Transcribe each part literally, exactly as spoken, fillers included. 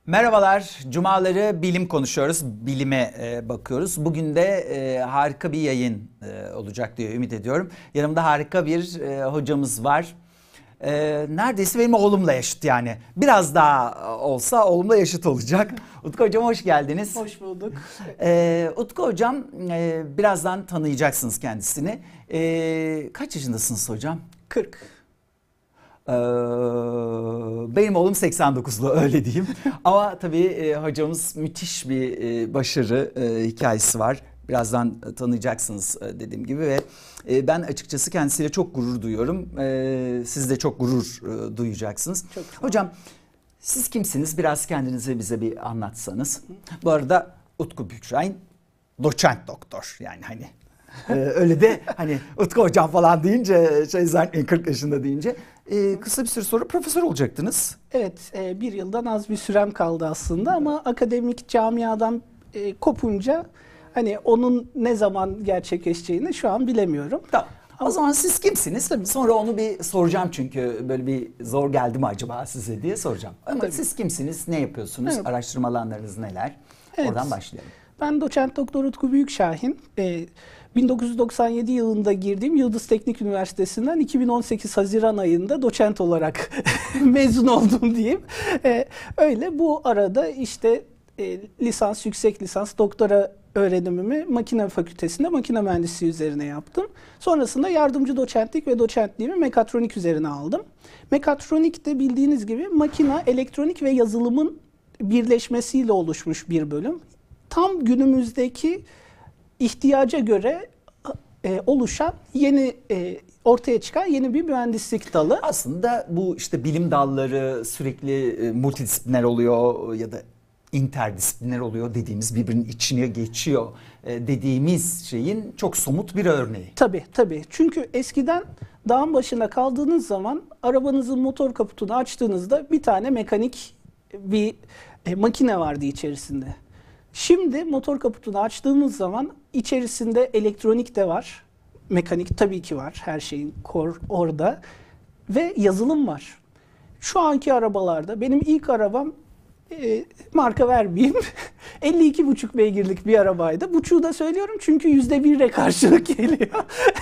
Merhabalar, Cumaları bilim konuşuyoruz, bilime e, bakıyoruz. Bugün de e, harika bir yayın e, olacak diye ümit ediyorum. Yanımda harika bir e, hocamız var. E, neredeyse benim oğlumla yaşıt yani. Biraz daha olsa oğlumla yaşıt olacak. Utku Hocam hoş geldiniz. Hoş bulduk. E, Utku Hocam e, birazdan tanıyacaksınız kendisini. E, kaç yaşındasınız hocam? kırk. Ee, benim oğlum seksen dokuzlu öyle diyeyim. Ama tabii e, hocamız müthiş bir e, başarı e, hikayesi var. Birazdan tanıyacaksınız e, dediğim gibi ve e, ben açıkçası kendisiyle çok gurur duyuyorum. E, siz de çok gurur e, duyacaksınız. Çok hocam siz kimsiniz? Biraz kendinizi bize bir anlatsanız. Bu arada Utku Büyükşahin doçent doktor yani hani. Ee, öyle de hani Utku hocam falan deyince şey zannetmeyin kırk yaşında deyince e, kısa bir süre sonra profesör olacaktınız. Evet, e, bir yıldan az bir sürem kaldı aslında ama akademik camiadan e, kopunca hani onun ne zaman gerçekleşeceğini şu an bilemiyorum. Tamam. O zaman siz kimsiniz? Tabii sonra onu bir soracağım çünkü böyle bir zor geldi mi acaba size diye soracağım. Ama Tabii. siz kimsiniz? Ne yapıyorsunuz? Evet. Araştırma alanlarınız neler? Evet. Oradan başlayalım. Ben doçent doktor Utku Büyükşahin. E, bin dokuz yüz doksan yedi yılında girdiğim Yıldız Teknik Üniversitesi'nden iki bin on sekiz Haziran ayında doçent olarak mezun oldum diyeyim. Ee, öyle bu arada işte e, lisans, yüksek lisans, doktora öğrenimimi makine fakültesinde makine mühendisliği üzerine yaptım. Sonrasında yardımcı doçentlik ve doçentliğimi mekatronik üzerine aldım. Mekatronik de bildiğiniz gibi makine, elektronik ve yazılımın birleşmesiyle oluşmuş bir bölüm. Tam günümüzdeki ihtiyaca göre e, oluşan yeni e, ortaya çıkan yeni bir mühendislik dalı. Aslında bu işte bilim dalları sürekli e, multidisipliner oluyor ya da interdisipliner oluyor dediğimiz birbirinin içine geçiyor e, dediğimiz şeyin çok somut bir örneği. Tabii tabii. Çünkü eskiden dağın başında kaldığınız zaman arabanızın motor kaputunu açtığınızda bir tane mekanik bir e, makine vardı içerisinde. Şimdi motor kaputunu açtığımız zaman içerisinde elektronik de var, mekanik tabii ki var, her şeyin core orada ve yazılım var. Şu anki arabalarda benim ilk arabam e, marka vermeyeyim elli iki buçuk beygirlik bir arabaydı. Buçuğu da söylüyorum çünkü yüzde birle karşılık geliyor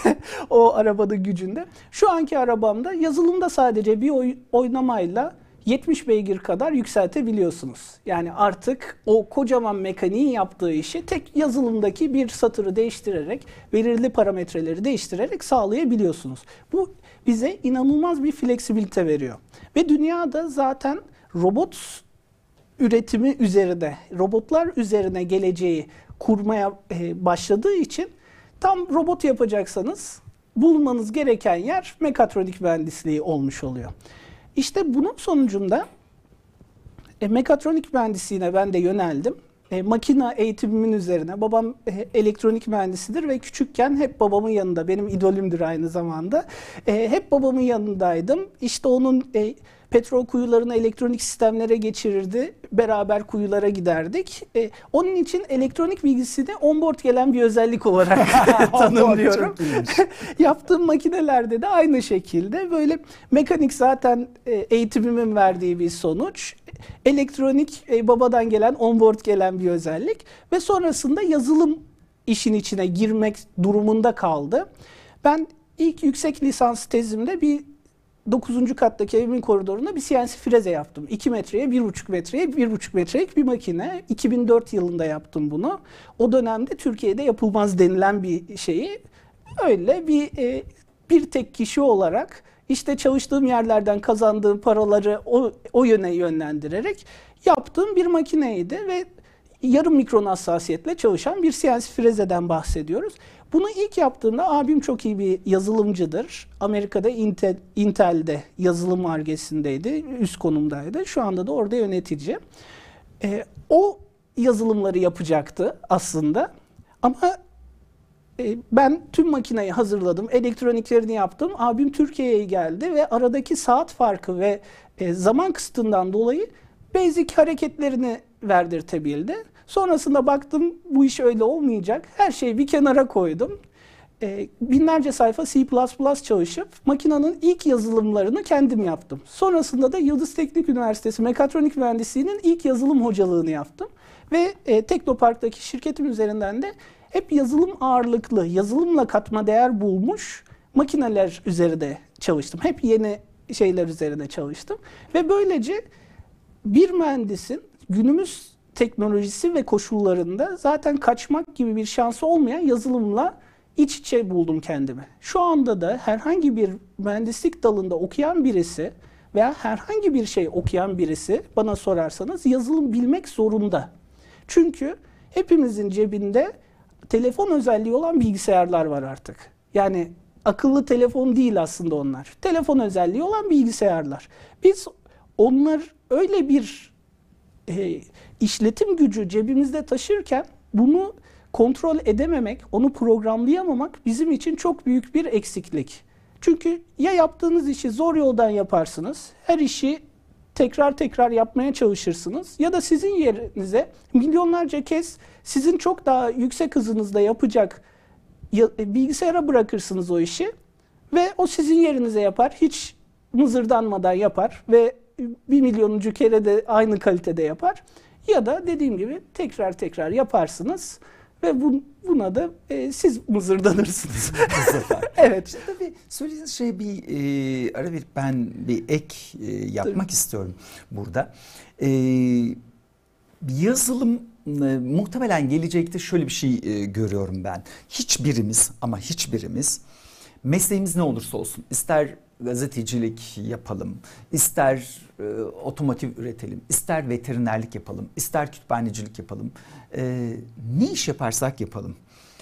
o arabanın gücünde. Şu anki arabamda yazılımda sadece bir oy, oynamayla yetmiş beygir kadar yükseltebiliyorsunuz. Yani artık o kocaman mekaniğin yaptığı işi tek yazılımdaki bir satırı değiştirerek, belirli parametreleri değiştirerek sağlayabiliyorsunuz. Bu bize inanılmaz bir fleksibilite veriyor. Ve dünyada zaten robot üretimi üzerine, robotlar üzerine geleceği kurmaya başladığı için tam robot yapacaksanız bulmanız gereken yer mekatronik mühendisliği olmuş oluyor. İşte bunun sonucunda e, mekatronik mühendisliğine ben de yöneldim. E, makine eğitimimin üzerine. Babam e, elektronik mühendisidir ve küçükken hep babamın yanında, benim idolümdür aynı zamanda. E, hep babamın yanındaydım. İşte onun e, petrol kuyularını elektronik sistemlere geçirirdi. Beraber kuyulara giderdik. E, onun için elektronik bilgisini onboard gelen bir özellik olarak tanımlıyorum. Yaptığım makinelerde de aynı şekilde böyle mekanik zaten e, eğitimimin verdiği bir sonuç. Elektronik e, babadan gelen, onboard gelen bir özellik ve sonrasında yazılım işin içine girmek durumunda kaldı. Ben ilk yüksek lisans tezimde bir dokuzuncu kattaki evimin koridorunda bir C N C freze yaptım. iki metreye, bir buçuk metreye, bir buçuk metrelik bir makine. iki bin dört yılında yaptım bunu. O dönemde Türkiye'de yapılmaz denilen bir şeyi öyle bir e, bir tek kişi olarak işte çalıştığım yerlerden kazandığım paraları o, o yöne yönlendirerek yaptığım bir makineydi ve yarım mikron hassasiyetle çalışan bir C N C frezeden bahsediyoruz. Bunu ilk yaptığımda abim çok iyi bir yazılımcıdır. Amerika'da Intel, Intel'de yazılım Ar-Ge'sindeydi, üst konumdaydı. Şu anda da orada yönetici. Ee, o yazılımları yapacaktı aslında. Ama e, ben tüm makineyi hazırladım, elektroniklerini yaptım. Abim Türkiye'ye geldi ve aradaki saat farkı ve e, zaman kısıtından dolayı basic hareketlerini verdirtebildi. Sonrasında baktım bu iş öyle olmayacak. Her şeyi bir kenara koydum. e, binlerce sayfa C plus plus çalışıp makinenin ilk yazılımlarını kendim yaptım. Sonrasında da Yıldız Teknik Üniversitesi Mekatronik Mühendisliği'nin ilk yazılım hocalığını yaptım. Ve e, Teknopark'taki şirketim üzerinden de hep yazılım ağırlıklı, yazılımla katma değer bulmuş makineler üzerinde çalıştım. Hep yeni şeyler üzerine çalıştım. Ve böylece bir mühendisin günümüz teknolojisi ve koşullarında zaten kaçmak gibi bir şansı olmayan yazılımla iç içe buldum kendimi. Şu anda da herhangi bir mühendislik dalında okuyan birisi veya herhangi bir şey okuyan birisi bana sorarsanız yazılım bilmek zorunda. Çünkü hepimizin cebinde telefon özelliği olan bilgisayarlar var artık. Yani akıllı telefon değil aslında onlar. Telefon özelliği olan bilgisayarlar. Biz onlar öyle bir e, işletim gücü cebimizde taşırken bunu kontrol edememek, onu programlayamamak bizim için çok büyük bir eksiklik. Çünkü ya yaptığınız işi zor yoldan yaparsınız, her işi tekrar tekrar yapmaya çalışırsınız ya da sizin yerinize milyonlarca kez sizin çok daha yüksek hızınızda yapacak bilgisayara bırakırsınız o işi ve o sizin yerinize yapar, hiç mızırdanmadan yapar ve bir milyonuncu kere de aynı kalitede yapar. Ya da dediğim gibi tekrar tekrar yaparsınız ve bu, buna da e, siz mızırdanırsınız. Evet. İşte tabii söylediğiniz şey bir e, ara verip ben bir ek e, yapmak tabii. istiyorum burada. E, yazılım e, muhtemelen gelecekte şöyle bir şey e, görüyorum ben. Hiçbirimiz ama hiçbirimiz mesleğimiz ne olursa olsun, ister gazetecilik yapalım, ister e, otomotiv üretelim, ister veterinerlik yapalım, ister kütüphanecilik yapalım, e, ne iş yaparsak yapalım,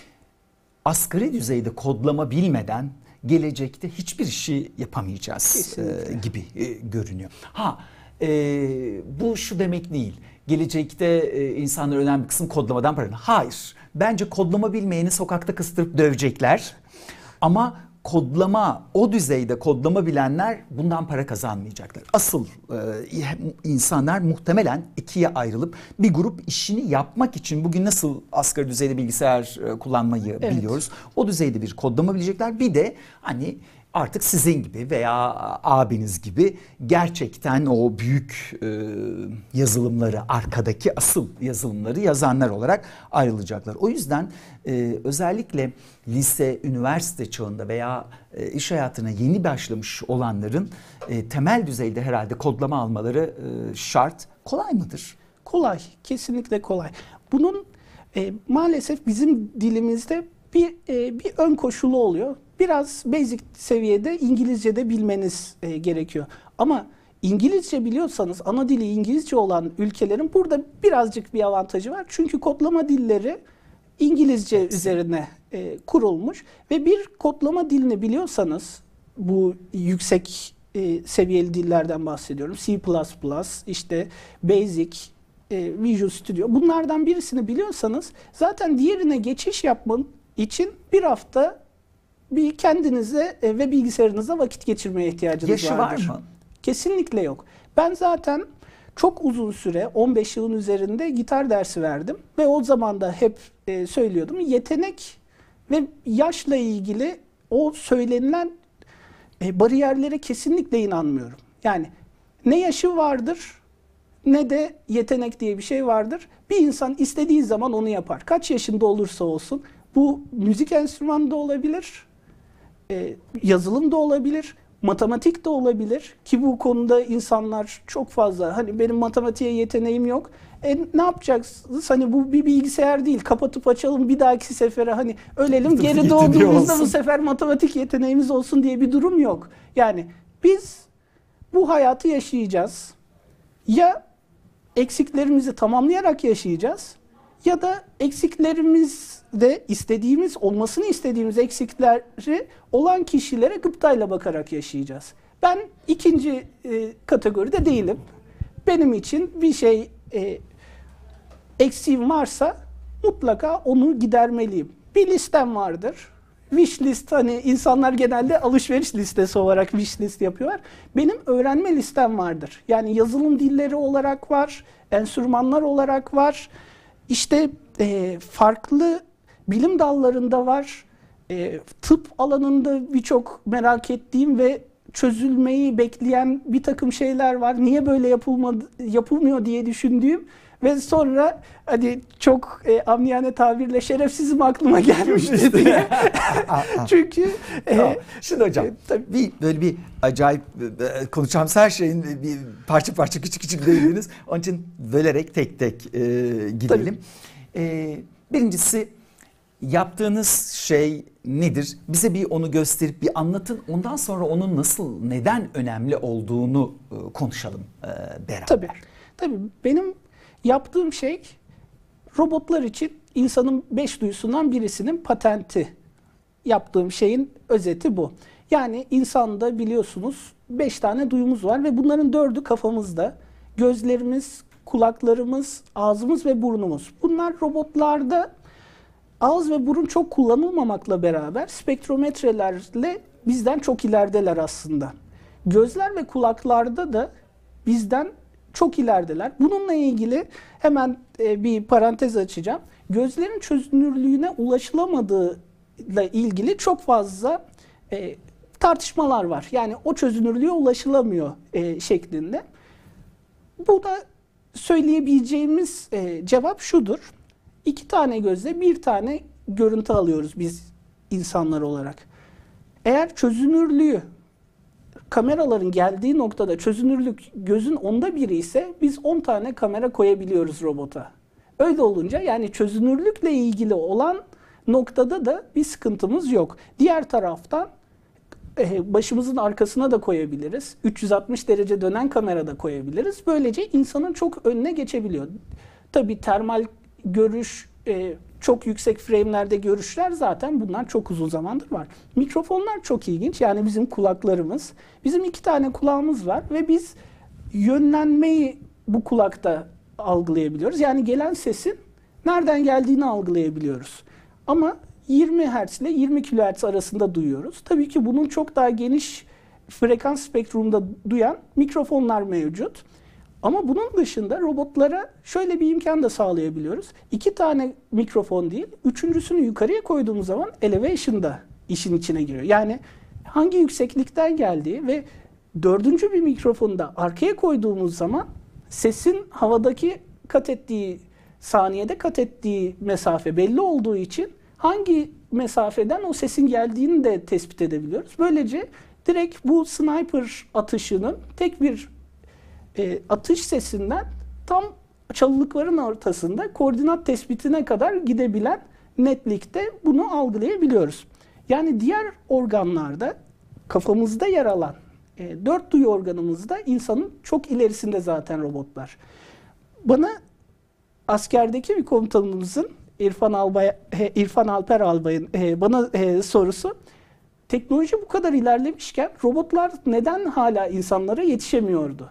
asgari düzeyde kodlama bilmeden gelecekte hiçbir işi yapamayacağız e, gibi e, görünüyor. Ha, e, bu şu demek değil. Gelecekte e, insanlar önemli bir kısım kodlamadan para. Hayır. Bence kodlama bilmeyeni sokakta kıstırıp dövecekler. Ama kodlama, o düzeyde kodlama bilenler bundan para kazanmayacaklar. Asıl e, insanlar muhtemelen ikiye ayrılıp bir grup işini yapmak için bugün nasıl asgari düzeyde bilgisayar e, kullanmayı evet. biliyoruz. O düzeyde bir kodlama bilecekler. Bir de hani artık sizin gibi veya abiniz gibi gerçekten o büyük e, yazılımları, arkadaki asıl yazılımları yazanlar olarak ayrılacaklar. O yüzden e, özellikle lise, üniversite çağında veya e, iş hayatına yeni başlamış olanların e, temel düzeyde herhalde kodlama almaları e, şart. Kolay mıdır? Kolay, kesinlikle kolay. Bunun e, maalesef bizim dilimizde bir e, bir ön koşulu oluyor. Biraz basic seviyede İngilizce de bilmeniz e, gerekiyor. Ama İngilizce biliyorsanız, ana dili İngilizce olan ülkelerin burada birazcık bir avantajı var. Çünkü kodlama dilleri İngilizce evet. üzerine e, kurulmuş ve bir kodlama dilini biliyorsanız, bu yüksek e, seviyeli dillerden bahsediyorum. C plus plus, işte Basic, e, Visual Studio, bunlardan birisini biliyorsanız zaten diğerine geçiş yapmanın için bir hafta bir kendinize ve bilgisayarınıza vakit geçirmeye ihtiyacınız Yaşı vardır. Yaşı var mı? Kesinlikle yok. Ben zaten çok uzun süre, on beş yılın üzerinde gitar dersi verdim ve o zaman da hep e, söylüyordum. Yetenek ve yaşla ilgili o söylenilen e, bariyerlere kesinlikle inanmıyorum. Yani ne yaşı vardır ne de yetenek diye bir şey vardır. Bir insan istediği zaman onu yapar. Kaç yaşında olursa olsun. Bu müzik enstrümanı da olabilir, e, yazılım da olabilir, matematik de olabilir ki bu konuda insanlar çok fazla hani benim matematiğe yeteneğim yok. E, ne yapacaksınız? Hani bu bir bilgisayar değil. Kapatıp açalım bir dahaki sefere hani ölelim geri doğduğumuzda bu sefer matematik yeteneğimiz olsun diye bir durum yok. Yani biz bu hayatı yaşayacağız. Ya eksiklerimizi tamamlayarak yaşayacağız ya da eksiklerimizde istediğimiz, olmasını istediğimiz eksikleri olan kişilere gıptayla bakarak yaşayacağız. Ben ikinci e, kategoride değilim. Benim için bir şey e, eksiğim varsa mutlaka onu gidermeliyim. Bir listem vardır. Wish list, hani insanlar genelde alışveriş listesi olarak wish list yapıyorlar. Benim öğrenme listem vardır. Yani yazılım dilleri olarak var, enstrümanlar olarak var. İşte e, farklı bilim dallarında var e, tıp alanında birçok merak ettiğim ve çözülmeyi bekleyen bir takım şeyler var. Niye böyle yapılmadı, yapılmıyor diye düşündüğüm ve sonra hani çok e, amiyane tabirle şerefsizim aklıma gelmişti diye. Çünkü e, tamam. Şimdi hocam e, tabii. bir böyle bir acayip e, konuşacağımız her şeyin bir parça parça küçük küçük değindiniz. Onun için bölerek tek tek e, gidelim. E, birincisi yaptığınız şey nedir? Bize bir onu gösterip bir anlatın. Ondan sonra onun nasıl, neden önemli olduğunu e, konuşalım e, beraber. Tabii. Tabii benim yaptığım şey robotlar için insanın beş duyusundan birisinin patenti. Yaptığım şeyin özeti bu. Yani insanda biliyorsunuz beş tane duyumuz var ve bunların dördü kafamızda. Gözlerimiz, kulaklarımız, ağzımız ve burnumuz. Bunlar robotlarda ağız ve burun çok kullanılmamakla beraber spektrometrelerle bizden çok ilerideler aslında. Gözler ve kulaklarda da bizden çok ilerideler. Bununla ilgili hemen e, bir parantez açacağım. Gözlerin çözünürlüğüne ulaşılamadığıyla ilgili çok fazla e, tartışmalar var. Yani o çözünürlüğe ulaşılamıyor e, şeklinde. Bu da söyleyebileceğimiz e, cevap şudur. İki tane gözle bir tane görüntü alıyoruz biz insanlar olarak. Eğer çözünürlüğü kameraların geldiği noktada çözünürlük gözün onda biri ise biz on tane kamera koyabiliyoruz robota. Öyle olunca yani çözünürlükle ilgili olan noktada da bir sıkıntımız yok. Diğer taraftan başımızın arkasına da koyabiliriz. üç yüz altmış derece dönen kamera da koyabiliriz. Böylece insanın çok önüne geçebiliyor. Tabii termal görüş, çok yüksek frame'lerde görüşler zaten bunlar çok uzun zamandır var. Mikrofonlar çok ilginç. Yani bizim kulaklarımız. Bizim iki tane kulağımız var ve biz yönlenmeyi bu kulakta algılayabiliyoruz. Yani gelen sesin nereden geldiğini algılayabiliyoruz. Ama yirmi hertz ile yirmi kilohertz arasında duyuyoruz. Tabii ki bunun çok daha geniş frekans spektrumda duyan mikrofonlar mevcut. Ama bunun dışında robotlara şöyle bir imkan da sağlayabiliyoruz. İki tane mikrofon değil, üçüncüsünü yukarıya koyduğumuz zaman elevation da işin içine giriyor. Yani hangi yükseklikten geldiği ve dördüncü bir mikrofonu da arkaya koyduğumuz zaman sesin havadaki kat ettiği, saniyede kat ettiği mesafe belli olduğu için hangi mesafeden o sesin geldiğini de tespit edebiliyoruz. Böylece direkt bu sniper atışının tek bir e, atış sesinden tam çalılıkların ortasında koordinat tespitine kadar gidebilen netlikte bunu algılayabiliyoruz. Yani diğer organlarda kafamızda yer alan e, dört duyu organımızda insanın çok ilerisinde zaten robotlar. Bana askerdeki bir komutanımızın İrfan, Albay, İrfan Alper Albay'ın bana sorusu, teknoloji bu kadar ilerlemişken robotlar neden hala insanlara yetişemiyordu?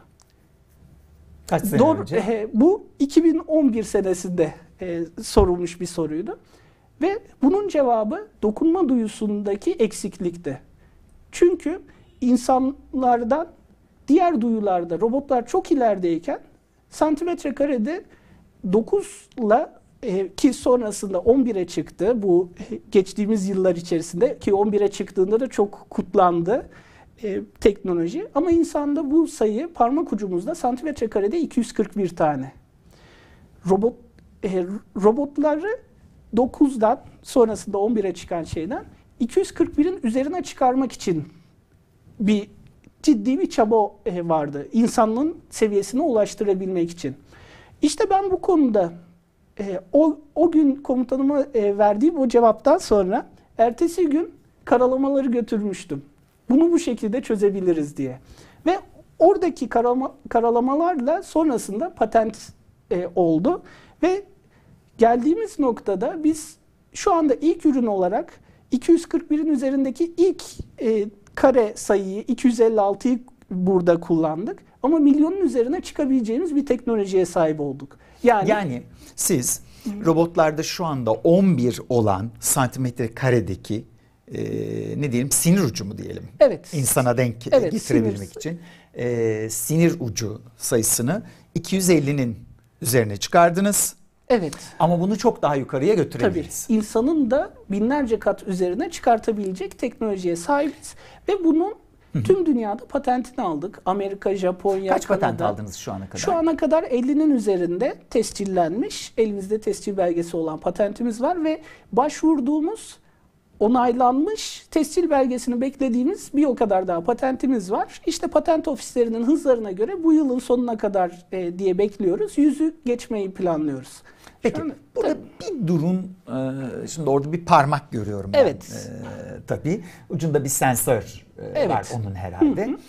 Kaç sene Doğru, önce? Bu iki bin on bir senesinde sorulmuş bir soruydu. Ve bunun cevabı dokunma duyusundaki eksiklikti. Çünkü insanlardan diğer duyularda robotlar çok ilerideyken santimetre karede dokuzla ki sonrasında on bire çıktı bu geçtiğimiz yıllar içerisinde ki on bire çıktığında da çok kutlandı e, teknoloji. Ama insanda bu sayı parmak ucumuzda santimetre karede iki yüz kırk bir tane. Robot e, robotları dokuzdan sonrasında on bire çıkan şeyden iki yüz kırk birin üzerine çıkarmak için bir ciddi bir çaba e, vardı. İnsanlığın seviyesine ulaştırabilmek için. İşte ben bu konuda e, o, o gün komutanıma e, verdiğim o cevaptan sonra ertesi gün karalamaları götürmüştüm. Bunu bu şekilde çözebiliriz diye. Ve oradaki karalama, karalamalarla sonrasında patent e, oldu. Ve geldiğimiz noktada biz şu anda ilk ürün olarak iki yüz kırk birin üzerindeki ilk e, kare sayıyı iki yüz elli altıyı burada kullandık. Ama milyonun üzerine çıkabileceğimiz bir teknolojiye sahip olduk. Yani, yani siz robotlarda şu anda on bir olan santimetre karedeki e, ne diyelim sinir ucu mu diyelim? Evet. İnsana denk evet, getirebilmek sinir. için e, sinir ucu sayısını iki yüz ellinin üzerine çıkardınız. Evet. Ama bunu çok daha yukarıya götürebiliriz. Tabii. İnsanın da binlerce kat üzerine çıkartabilecek teknolojiye sahibiz. Ve bunun tüm dünyada patentini aldık. Amerika, Japonya, Kaç Kanada. patent aldınız şu ana kadar? Şu ana kadar ellinin üzerinde tescillenmiş, elimizde tescil belgesi olan patentimiz var ve başvurduğumuz, onaylanmış, tescil belgesini beklediğimiz bir o kadar daha patentimiz var. İşte patent ofislerinin hızlarına göre bu yılın sonuna kadar e, diye bekliyoruz. Yüzü geçmeyi planlıyoruz. Peki an, burada tabii. bir durun, e, şimdi orada bir parmak görüyorum ben. Evet. E, tabii ucunda bir sensör e, Evet. var onun herhalde. Hı hı.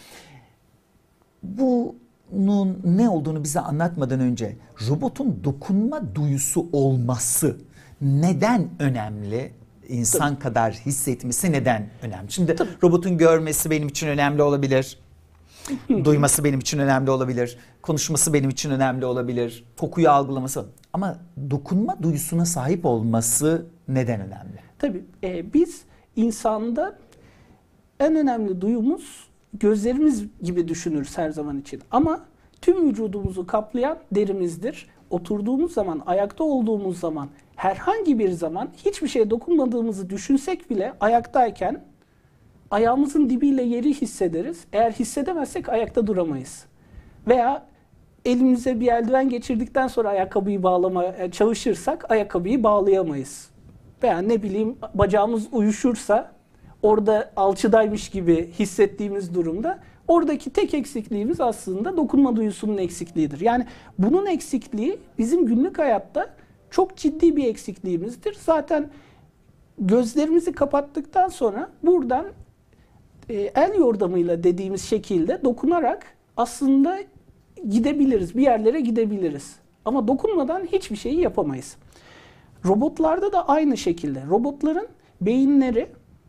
Bunun ne olduğunu bize anlatmadan önce robotun dokunma duyusu olması neden önemli? İnsan Tabii. kadar hissetmesi neden önemli? Şimdi Tabii. robotun görmesi benim için önemli olabilir. Duyması benim için önemli olabilir. Konuşması benim için önemli olabilir. Kokuyu algılaması. Ama dokunma duyusuna sahip olması neden önemli? Tabii. E, biz insanda en önemli duyumuz gözlerimiz gibi düşünürüz her zaman için. Ama tüm vücudumuzu kaplayan derimizdir. Oturduğumuz zaman, ayakta olduğumuz zaman, herhangi bir zaman hiçbir şeye dokunmadığımızı düşünsek bile ayaktayken ayağımızın dibiyle yeri hissederiz. Eğer hissedemezsek ayakta duramayız. Veya elimize bir eldiven geçirdikten sonra ayakkabıyı bağlamaya çalışırsak ayakkabıyı bağlayamayız. Veya ne bileyim bacağımız uyuşursa orada alçıdaymış gibi hissettiğimiz durumda oradaki tek eksikliğimiz aslında dokunma duyusunun eksikliğidir. Yani bunun eksikliği bizim günlük hayatta çok ciddi bir eksikliğimizdir. Zaten gözlerimizi kapattıktan sonra buradan e, el yordamıyla dediğimiz şekilde dokunarak aslında gidebiliriz, bir yerlere gidebiliriz. Ama dokunmadan hiçbir şeyi yapamayız. Robotlarda da aynı şekilde. Robotların beyinleri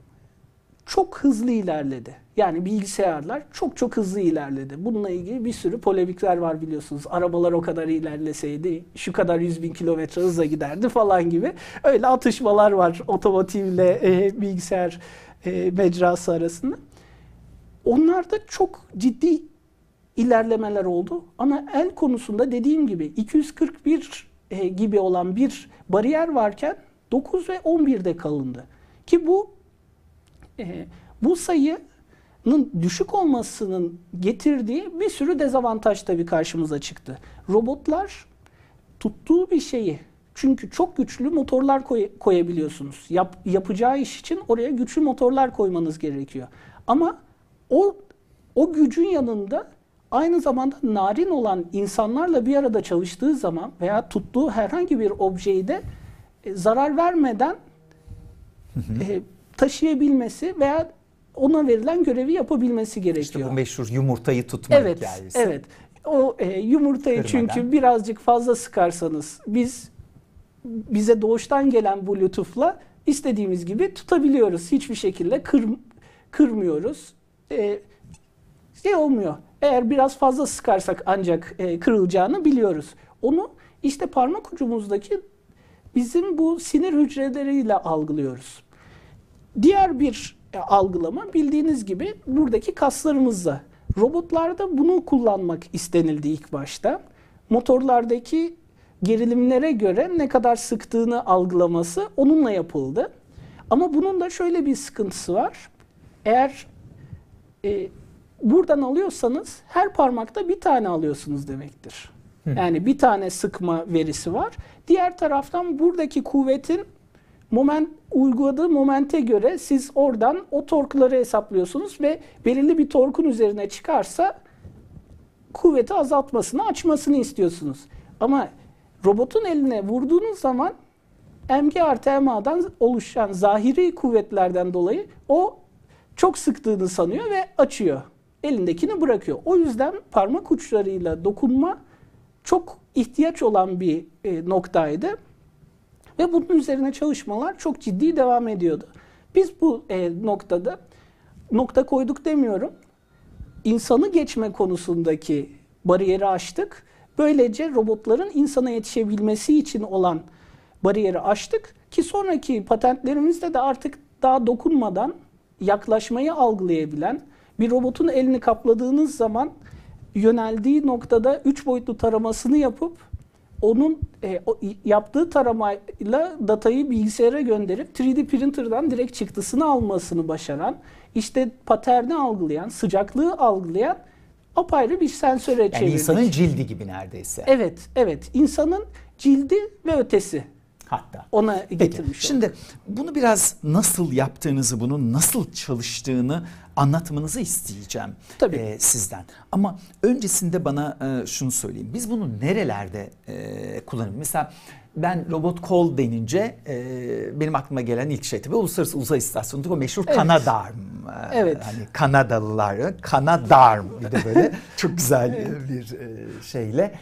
çok hızlı ilerledi. Yani bilgisayarlar çok çok hızlı ilerledi. Bununla ilgili bir sürü polemikler var biliyorsunuz. Arabalar o kadar ilerleseydi şu kadar yüz bin kilometre hızla giderdi falan gibi. Öyle atışmalar var otomotivle e, bilgisayar e, mecrası arasında. Onlarda çok ciddi ilerlemeler oldu. Ama el konusunda dediğim gibi iki yüz kırk bir e, gibi olan bir bariyer varken dokuz ve on birde kalındı. Ki bu e, bu sayının düşük olmasının getirdiği bir sürü dezavantaj tabii karşımıza çıktı. Robotlar tuttuğu bir şeyi, çünkü çok güçlü motorlar koy, koyabiliyorsunuz. Yap, yapacağı iş için oraya güçlü motorlar koymanız gerekiyor. Ama o o gücün yanında aynı zamanda narin olan insanlarla bir arada çalıştığı zaman veya tuttuğu herhangi bir objeyi de e, zarar vermeden e, taşıyabilmesi veya ona verilen görevi yapabilmesi gerekiyor. İşte bu meşhur yumurtayı tutma evet, hikayesi. Evet. O e, yumurtayı Kırmadan. Çünkü birazcık fazla sıkarsanız biz bize doğuştan gelen Bluetooth'la istediğimiz gibi tutabiliyoruz. Hiçbir şekilde kır, kırmıyoruz. E, şey olmuyor. Eğer biraz fazla sıkarsak ancak e, kırılacağını biliyoruz. Onu işte parmak ucumuzdaki bizim bu sinir hücreleriyle algılıyoruz. Diğer bir e, algılama bildiğiniz gibi buradaki kaslarımızla. Robotlarda bunu kullanmak istenildi ilk başta. Motorlardaki gerilimlere göre ne kadar sıktığını algılaması onunla yapıldı. Ama bunun da şöyle bir sıkıntısı var. Eğer e, buradan alıyorsanız her parmakta bir tane alıyorsunuz demektir. Hı. Yani bir tane sıkma verisi var. Diğer taraftan buradaki kuvvetin moment uyguladığı momente göre siz oradan o torkları hesaplıyorsunuz ve belirli bir torkun üzerine çıkarsa kuvveti azaltmasını, açmasını istiyorsunuz. Ama robotun eline vurduğunuz zaman M G artı M A'dan oluşan zahiri kuvvetlerden dolayı o çok sıktığını sanıyor ve açıyor. Elindekini bırakıyor. O yüzden parmak uçlarıyla dokunma çok ihtiyaç olan bir e, noktaydı. Ve bunun üzerine çalışmalar çok ciddi devam ediyordu. Biz bu e, noktada nokta koyduk demiyorum. İnsanı geçme konusundaki bariyeri aştık. Böylece robotların insana yetişebilmesi için olan bariyeri aştık. Ki sonraki patentlerimizde de artık daha dokunmadan yaklaşmayı algılayabilen, bir robotun elini kapladığınız zaman yöneldiği noktada üç boyutlu taramasını yapıp onun e, o, yaptığı taramayla datayı bilgisayara gönderip üç D printer'dan direkt çıktısını almasını başaran, işte paterni algılayan, sıcaklığı algılayan apayrı bir sensöre çevirdik. Yani insanın cildi gibi neredeyse. Evet, evet. İnsanın cildi ve ötesi. Hatta. Ona getirmiş. Peki, şimdi bunu biraz nasıl yaptığınızı, bunun nasıl çalıştığını anlatmanızı isteyeceğim Tabii. E, sizden. Ama öncesinde bana e, şunu söyleyeyim. Biz bunu nerelerde e, kullanıyoruz? Mesela ben robot kol denince e, benim aklıma gelen ilk şey tabii Uluslararası Uzay İstasyonu'ndaki o meşhur Evet. Canadarm. E, Evet. Hani Kanadalılar, Canadarm bir de böyle çok güzel Evet. bir e, şeyle.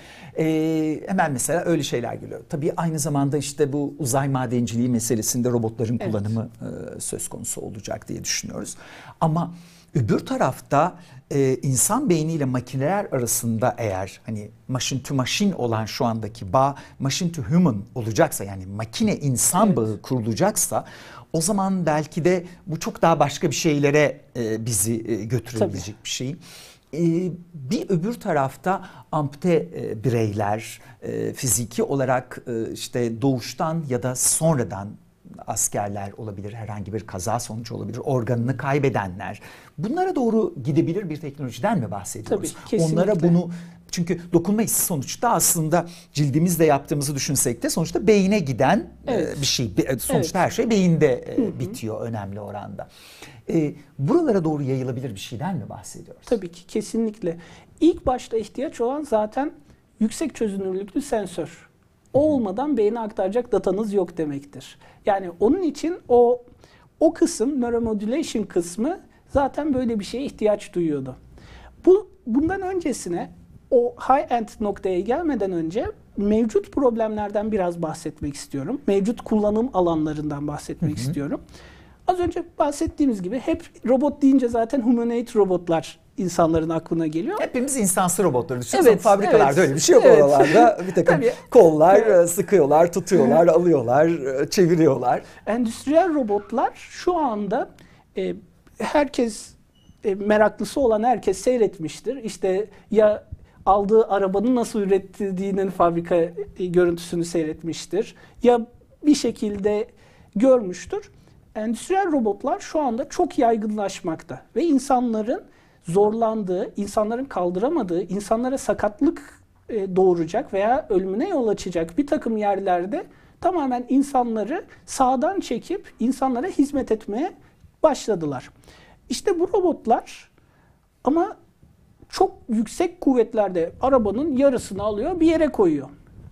E, hemen mesela öyle şeyler geliyor. Tabii aynı zamanda işte bu uzay madenciliği meselesinde robotların Evet. kullanımı e, söz konusu olacak diye düşünüyoruz. Ama öbür tarafta e, insan beyniyle makineler arasında eğer hani machine to machine olan şu andaki bağ machine to human olacaksa, yani makine insan Evet. bağı kurulacaksa, o zaman belki de bu çok daha başka bir şeylere e, bizi e, götürebilecek Tabii. bir şey. Ee, bir öbür tarafta ampute e, bireyler e, fiziki olarak e, işte doğuştan ya da sonradan askerler olabilir, herhangi bir kaza sonucu olabilir, organını kaybedenler. Bunlara doğru gidebilir bir teknolojiden mi bahsediyoruz? Tabii, kesinlikle. Onlara bunu, çünkü dokunma hissi sonuçta aslında cildimizle yaptığımızı düşünsek de sonuçta beyine giden Evet. e, bir şey. Be- Sonuçta Evet. her şey beyinde e, bitiyor önemli oranda. E, buralara doğru yayılabilir bir şeyden mi bahsediyoruz? Tabii ki, kesinlikle. İlk başta ihtiyaç olan zaten yüksek çözünürlüklü sensör. O olmadan beyne aktaracak datanız yok demektir. Yani onun için o o kısım, neuromodulation kısmı zaten böyle bir şeye ihtiyaç duyuyordu. Bu bundan öncesine, o high-end noktaya gelmeden önce mevcut problemlerden biraz bahsetmek istiyorum. Mevcut kullanım alanlarından bahsetmek Hı hı. istiyorum. Az önce bahsettiğimiz gibi hep robot deyince zaten humanoid robotlar insanların aklına geliyor. Hepimiz insansı robotları düşünüyoruz. Evet, Fabrikalarda evet. öyle bir şey yok Evet. oralarda. Bir takım Tabii. kollar Evet. e, sıkıyorlar, tutuyorlar, alıyorlar, e, çeviriyorlar. Endüstriyel robotlar şu anda e, herkes e, meraklısı olan herkes seyretmiştir. İşte ya aldığı arabanın nasıl üretildiğinin fabrika e, görüntüsünü seyretmiştir. Ya bir şekilde görmüştür. Endüstriyel robotlar şu anda çok yaygınlaşmakta ve insanların zorlandığı, insanların kaldıramadığı, insanlara sakatlık e, doğuracak veya ölümüne yol açacak bir takım yerlerde tamamen insanları sağdan çekip insanlara hizmet etmeye başladılar. İşte bu robotlar ama çok yüksek kuvvetlerde arabanın yarısını alıyor, bir yere koyuyor.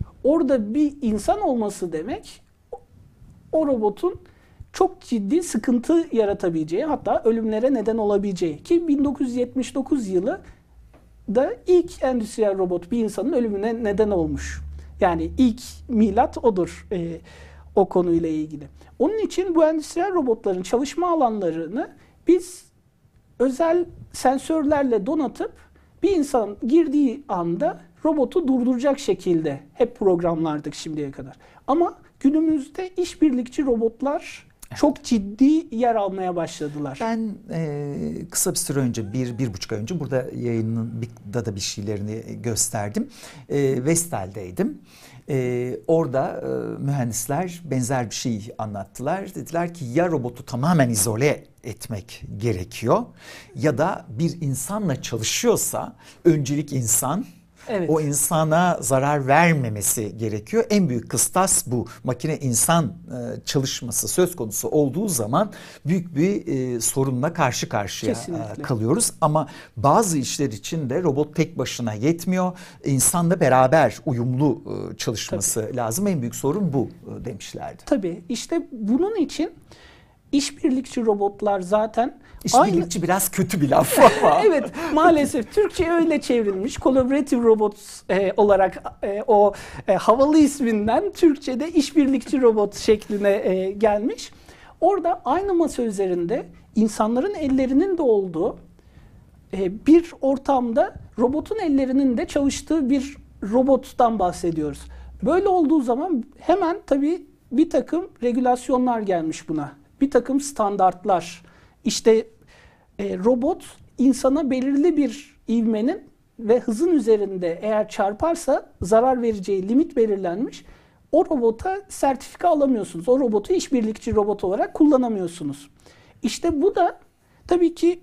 Orada bir insan olması demek o robotun çok ciddi sıkıntı yaratabileceği, hatta ölümlere neden olabileceği, ki bin dokuz yüz yetmiş dokuz yılı da ilk endüstriyel robot bir insanın ölümüne neden olmuş. Yani ilk milat odur e, o konuyla ilgili. Onun için bu endüstriyel robotların çalışma alanlarını biz özel sensörlerle donatıp bir insan girdiği anda robotu durduracak şekilde hep programlardık şimdiye kadar. Ama günümüzde işbirlikçi robotlar çok ciddi yer almaya başladılar. Ben e, kısa bir süre önce, bir, bir buçuk ay önce burada yayının bir, da, da bir şeylerini gösterdim. E, Vestel'deydim. E, orada e, mühendisler benzer bir şey anlattılar. Dediler ki ya robotu tamamen izole etmek gerekiyor ya da bir insanla çalışıyorsa öncelik insan. Evet. O insana zarar vermemesi gerekiyor. En büyük kıstas bu. Makine insan e, çalışması söz konusu olduğu zaman büyük bir e, sorunla karşı karşıya e, kalıyoruz. Ama bazı işler için de robot tek başına yetmiyor. İnsanla beraber uyumlu e, çalışması Tabii. lazım. En büyük sorun bu e, demişlerdi. Tabii. İşte bunun için işbirlikçi robotlar zaten İşbirlikçi aynı... biraz kötü bir laf ama. Evet, maalesef Türkçe öyle çevrilmiş. Collaborative robots e, olarak e, o e, havalı isminden Türkçe'de işbirlikçi robot şekline e, gelmiş. Orada aynı masa üzerinde insanların ellerinin de olduğu e, bir ortamda robotun ellerinin de çalıştığı bir robottan bahsediyoruz. Böyle olduğu zaman hemen tabii bir takım regülasyonlar gelmiş buna. Bir takım standartlar. İşte e, robot insana belirli bir ivmenin ve hızın üzerinde eğer çarparsa zarar vereceği limit belirlenmiş. O robota sertifika alamıyorsunuz. O robotu işbirlikçi robot olarak kullanamıyorsunuz. İşte bu da tabii ki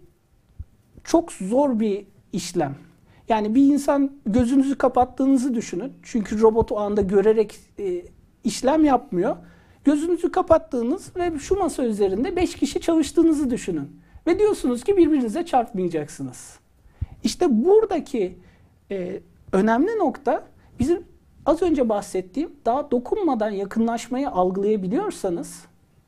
çok zor bir işlem. Yani bir insan gözünüzü kapattığınızı düşünün. Çünkü robot o anda görerek e, işlem yapmıyor. Gözünüzü kapattığınız ve şu masa üzerinde beş kişi çalıştığınızı düşünün. Ve diyorsunuz ki birbirinize çarpmayacaksınız. İşte buradaki e, önemli nokta bizim az önce bahsettiğim daha dokunmadan yakınlaşmayı algılayabiliyorsanız,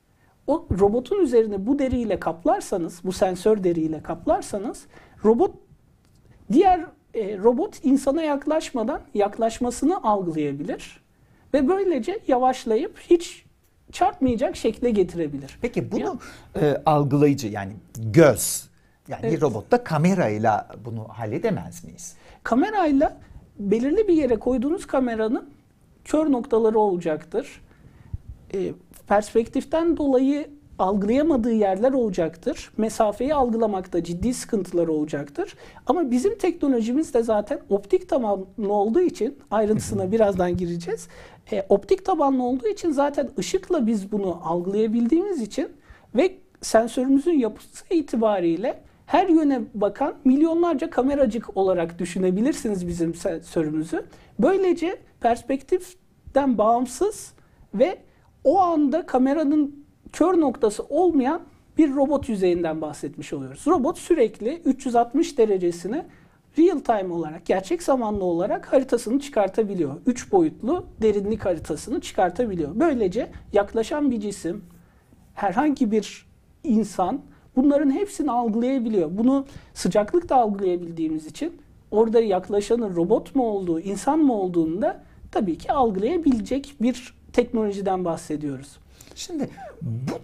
o robotun üzerine bu deriyle kaplarsanız, bu sensör deriyle kaplarsanız, robot diğer e, robot insana yaklaşmadan yaklaşmasını algılayabilir ve böylece yavaşlayıp hiç çarpmayacak şekle getirebilir. Peki bunu e, algılayıcı yani göz, yani Evet. bir robotta kamerayla bunu halledemez miyiz? Kamerayla belirli bir yere koyduğunuz kameranın kör noktaları olacaktır. E, perspektiften dolayı algılayamadığı yerler olacaktır. Mesafeyi algılamakta ciddi sıkıntılar olacaktır. Ama bizim teknolojimiz de zaten optik tabanlı olduğu için, ayrıntısına birazdan gireceğiz. E, optik tabanlı olduğu için zaten ışıkla biz bunu algılayabildiğimiz için ve sensörümüzün yapısı itibariyle her yöne bakan milyonlarca kameracık olarak düşünebilirsiniz bizim sensörümüzü. Böylece perspektiften bağımsız ve o anda kameranın kör noktası olmayan bir robot yüzeyinden bahsetmiş oluyoruz. Robot sürekli üç yüz altmış derecesine real time olarak, gerçek zamanlı olarak haritasını çıkartabiliyor. Üç boyutlu derinlik haritasını çıkartabiliyor. Böylece yaklaşan bir cisim, herhangi bir insan bunların hepsini algılayabiliyor. Bunu sıcaklıkla algılayabildiğimiz için orada yaklaşanın robot mu olduğu, insan mı olduğunu da tabii ki algılayabilecek bir teknolojiden bahsediyoruz. Şimdi bu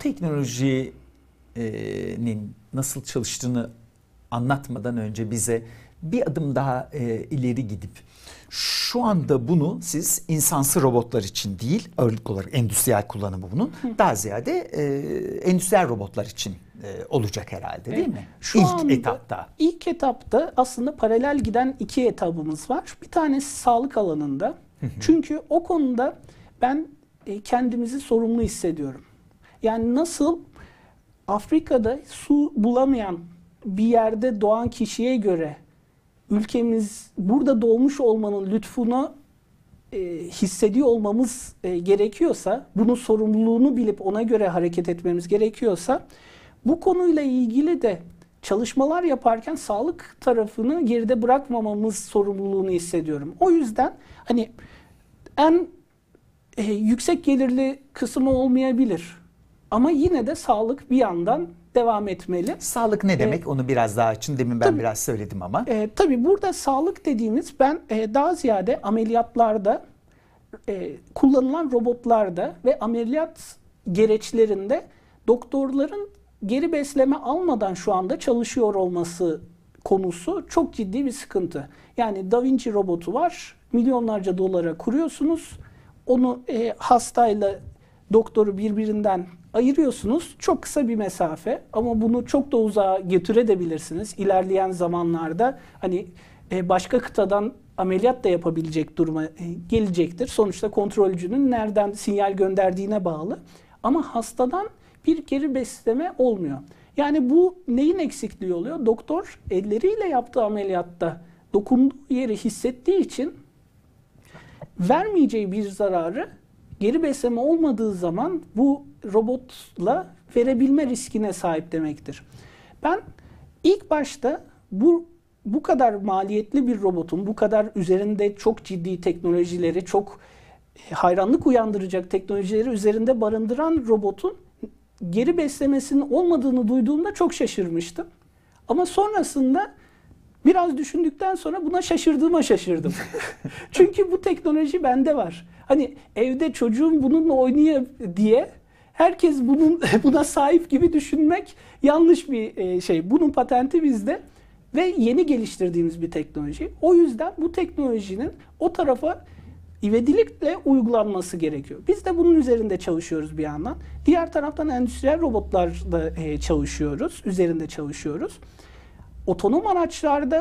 teknolojinin nasıl çalıştığını anlatmadan önce bize bir adım daha e, ileri gidip şu anda bunu siz insansı robotlar için değil, ağırlıklı olarak endüstriyel kullanımı bunun, daha ziyade e, endüstriyel robotlar için e, olacak herhalde değil mi? Şu İlk anda, etapta. İlk etapta aslında paralel giden iki etabımız var. Bir tanesi sağlık alanında. Çünkü o konuda ben e, kendimizi sorumlu hissediyorum. Yani nasıl Afrika'da su bulamayan bir yerde doğan kişiye göre ülkemiz burada doğmuş olmanın lütfunu e, hissediyor olmamız e, gerekiyorsa, bunun sorumluluğunu bilip ona göre hareket etmemiz gerekiyorsa, bu konuyla ilgili de çalışmalar yaparken sağlık tarafını geride bırakmamamız sorumluluğunu hissediyorum. O yüzden hani en e, yüksek gelirli kısmı olmayabilir. Ama yine de sağlık bir yandan devam etmeli. Sağlık ne demek? E, Onu biraz daha açın. Demin ben tabii, biraz söyledim ama. E, tabii burada sağlık dediğimiz ben e, daha ziyade ameliyatlarda e, kullanılan robotlarda ve ameliyat gereçlerinde doktorların geri besleme almadan şu anda çalışıyor olması konusu çok ciddi bir sıkıntı. Yani Da Vinci robotu var. Milyonlarca dolara kuruyorsunuz. Onu e, hastayla doktoru birbirinden ayırıyorsunuz. Çok kısa bir mesafe ama bunu çok da uzağa götürebilirsiniz. İlerleyen zamanlarda hani e, başka kıtadan ameliyat da yapabilecek duruma e, gelecektir. Sonuçta kontrolcünün nereden sinyal gönderdiğine bağlı. Ama hastadan bir geri besleme olmuyor. Yani bu neyin eksikliği oluyor? Doktor elleriyle yaptığı ameliyatta dokunduğu yeri hissettiği için vermeyeceği bir zararı geri besleme olmadığı zaman bu robotla verebilme riskine sahip demektir. Ben ilk başta bu bu kadar maliyetli bir robotun, bu kadar üzerinde çok ciddi teknolojileri, çok hayranlık uyandıracak teknolojileri üzerinde barındıran robotun geri beslemesinin olmadığını duyduğumda çok şaşırmıştım. Ama sonrasında biraz düşündükten sonra buna şaşırdığıma şaşırdım. Çünkü bu teknoloji bende var. Hani evde çocuğum bununla oynuyor diye herkes bunun buna sahip gibi düşünmek yanlış bir şey. Bunun patenti bizde ve yeni geliştirdiğimiz bir teknoloji. O yüzden bu teknolojinin o tarafa ivedilikle uygulanması gerekiyor. Biz de bunun üzerinde çalışıyoruz bir yandan. Diğer taraftan endüstriyel robotlarla çalışıyoruz, üzerinde çalışıyoruz. Otonom araçlarda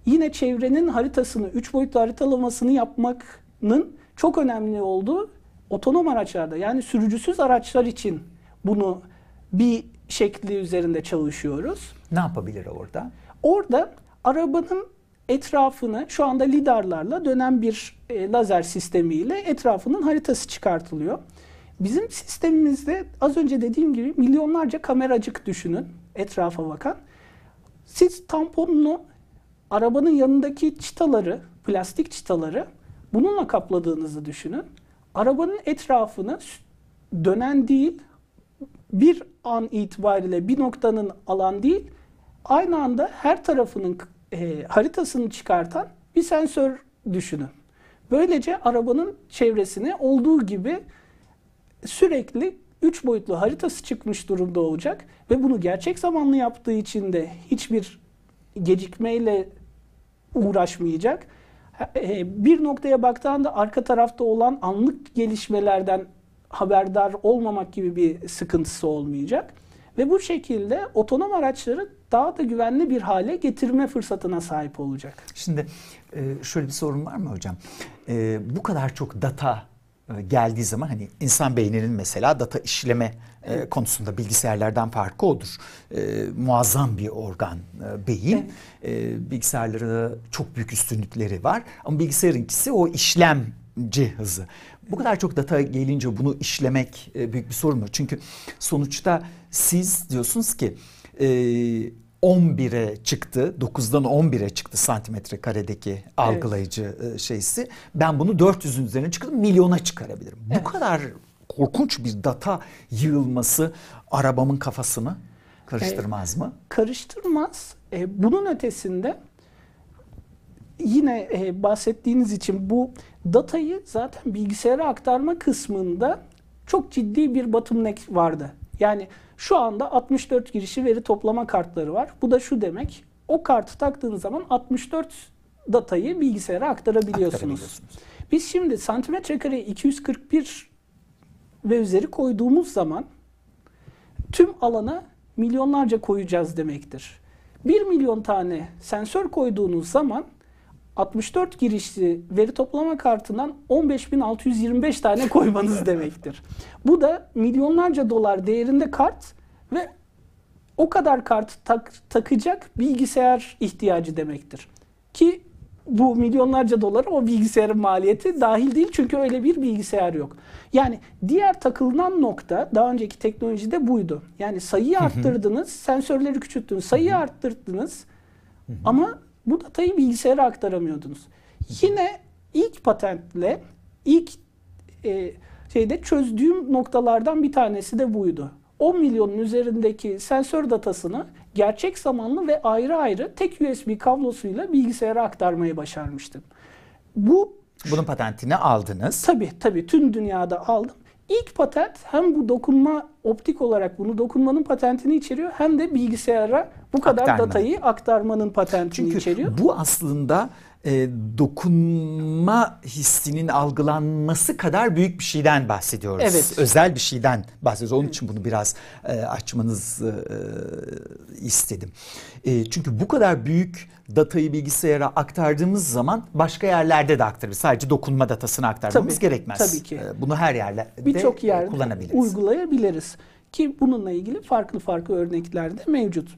yine çevrenin haritasını, üç boyutlu haritalamasını yapmanın çok önemli olduğu otonom araçlarda, yani sürücüsüz araçlar için bunu bir şekli üzerinde çalışıyoruz. Ne yapabilir orada? Orada arabanın etrafını şu anda lidarlarla dönen bir e, lazer sistemiyle etrafının haritası çıkartılıyor. Bizim sistemimizde az önce dediğim gibi milyonlarca kameracık düşünün, etrafa bakan. Siz tamponunu, arabanın yanındaki çıtaları, plastik çıtaları bununla kapladığınızı düşünün. Arabanın etrafını dönen değil, bir an itibariyle bir noktanın alan değil, aynı anda her tarafının e, haritasını çıkartan bir sensör düşünün. Böylece arabanın çevresine olduğu gibi sürekli üç boyutlu haritası çıkmış durumda olacak ve bunu gerçek zamanlı yaptığı için de hiçbir gecikmeyle uğraşmayacak. Bir noktaya baktığında arka tarafta olan anlık gelişmelerden haberdar olmamak gibi bir sıkıntısı olmayacak. Ve bu şekilde otonom araçları daha da güvenli bir hale getirme fırsatına sahip olacak. Şimdi şöyle bir sorun var mı hocam? Bu kadar çok data geldiği zaman, hani insan beyninin mesela data işleme evet. konusunda bilgisayarlardan farkı odur. E, muazzam bir organ e, beyin. Evet. E, bilgisayarlara çok büyük üstünlükleri var. Ama bilgisayarınkisi o işlemci hızı. Bu kadar çok data gelince bunu işlemek e, büyük bir sorun mu? Çünkü sonuçta siz diyorsunuz ki E, on bire çıktı, dokuzdan on bire çıktı santimetre karedeki algılayıcı evet. şeysi. Ben bunu dört yüzün üzerine çıkardım, milyona çıkarabilirim. Evet. Bu kadar korkunç bir data yığılması arabamın kafasını karıştırmaz e, mı? Karıştırmaz. E, bunun ötesinde yine e, bahsettiğiniz için bu datayı zaten bilgisayara aktarma kısmında çok ciddi bir bottleneck vardı. Yani şu anda altmış dört girişi veri toplama kartları var. Bu da şu demek, o kartı taktığınız zaman altmış dört datayı bilgisayara aktarabiliyorsunuz. aktarabiliyorsunuz. Biz şimdi santimetre kare iki yüz kırk bir ve üzeri koyduğumuz zaman tüm alana milyonlarca koyacağız demektir. bir milyon tane sensör koyduğunuz zaman altmış dört girişli veri toplama kartından on beş bin altı yüz yirmi beş tane koymanız demektir. Bu da milyonlarca dolar değerinde kart ve o kadar kart tak, takacak bilgisayar ihtiyacı demektir. Ki bu milyonlarca dolara o bilgisayarın maliyeti dahil değil, çünkü öyle bir bilgisayar yok. Yani diğer takılınan nokta daha önceki teknolojide buydu. Yani sayıyı arttırdınız, sensörleri küçülttünüz, sayıyı arttırdınız ama bu datayı bilgisayara aktaramıyordunuz. Yine ilk patentle ilk e, şeyde çözdüğüm noktalardan bir tanesi de buydu. on milyonun üzerindeki sensör datasını gerçek zamanlı ve ayrı ayrı tek U S B kablosuyla bilgisayara aktarmayı başarmıştım. Bu Bunun patentini aldınız. Tabii tabii tüm dünyada aldım. İlk patent hem bu dokunma, optik olarak bunu dokunmanın patentini içeriyor, hem de bilgisayara bu kadar Aktarmanın. datayı aktarmanın patentini Çünkü içeriyor. Bu aslında e, dokunma hissinin algılanması kadar büyük bir şeyden bahsediyoruz. Evet. Özel bir şeyden bahsediyoruz. Onun için bunu biraz e, açmanızı e, istedim. E, çünkü bu kadar büyük datayı bilgisayara aktardığımız zaman başka yerlerde de aktarırız. Sadece dokunma datasını aktarmamız tabii, gerekmez. Tabii ki. E, bunu her yerde birçok yerde kullanabiliriz. Uygulayabiliriz. Ki bununla ilgili farklı farklı örnekler de mevcut.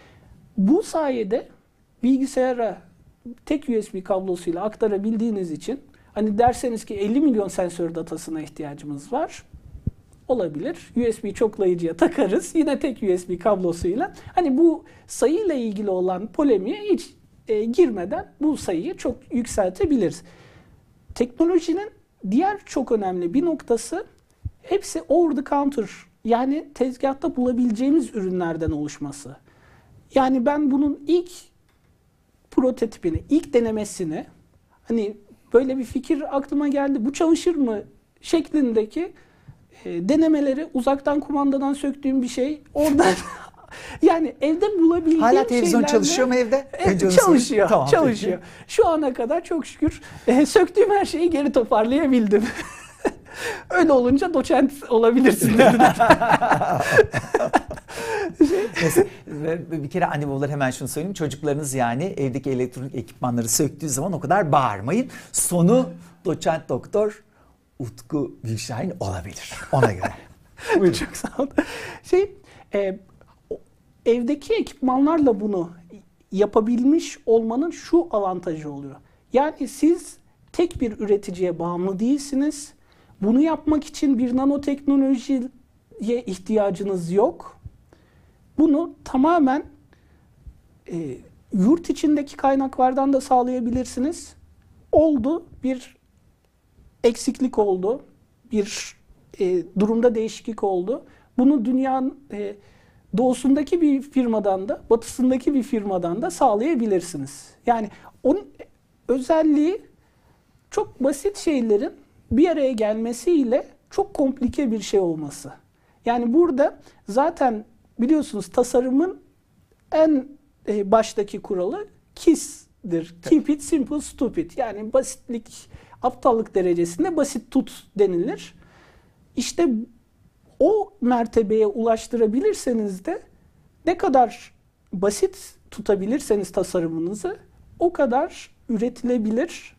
Bu sayede bilgisayara tek U S B kablosuyla aktarabildiğiniz için, hani derseniz ki elli milyon sensör datasına ihtiyacımız var. Olabilir. U S B çoklayıcıya takarız. Yine tek U S B kablosuyla. Hani bu sayıyla ilgili olan polemiğe hiç e, girmeden bu sayıyı çok yükseltebiliriz. Teknolojinin diğer çok önemli bir noktası, hepsi over the counter, yani tezgahta bulabileceğimiz ürünlerden oluşması. Yani ben bunun ilk prototipini, ilk denemesini, hani böyle bir fikir aklıma geldi, bu çalışır mı şeklindeki e, denemeleri uzaktan kumandadan söktüğüm bir şey. Oradan yani evde bulabildiğim şeylerle... Hala televizyon şeylerle, çalışıyor mu evde? E, çalışıyor, tamam, çalışıyor. Peki. Şu ana kadar çok şükür e, söktüğüm her şeyi geri toparlayabildim. Öyle olunca doçent olabilirsin dediler. Mesela, bir kere anne babalar hemen şunu söyleyeyim. Çocuklarınız yani evdeki elektronik ekipmanları söktüğü zaman o kadar bağırmayın. Sonu doçent doktor Utku Gülşahin olabilir. Ona göre. Buyurun. Çok sağ olun. Şey, e, evdeki ekipmanlarla bunu yapabilmiş olmanın şu avantajı oluyor. Yani siz tek bir üreticiye bağımlı değilsiniz. Bunu yapmak için bir nanoteknolojiye ihtiyacınız yok. Bunu tamamen e, yurt içindeki kaynaklardan da sağlayabilirsiniz. Oldu, bir eksiklik oldu, bir e, durumda değişiklik oldu. Bunu dünyanın e, doğusundaki bir firmadan da, batısındaki bir firmadan da sağlayabilirsiniz. Yani onun özelliği çok basit şeylerin bir araya gelmesiyle çok komplike bir şey olması. Yani burada zaten biliyorsunuz tasarımın en e, baştaki kuralı KISS'dir. Keep it simple, stupid. Yani basitlik, aptallık derecesinde basit tut denilir. İşte o mertebeye ulaştırabilirseniz de ne kadar basit tutabilirseniz tasarımınızı o kadar üretilebilir,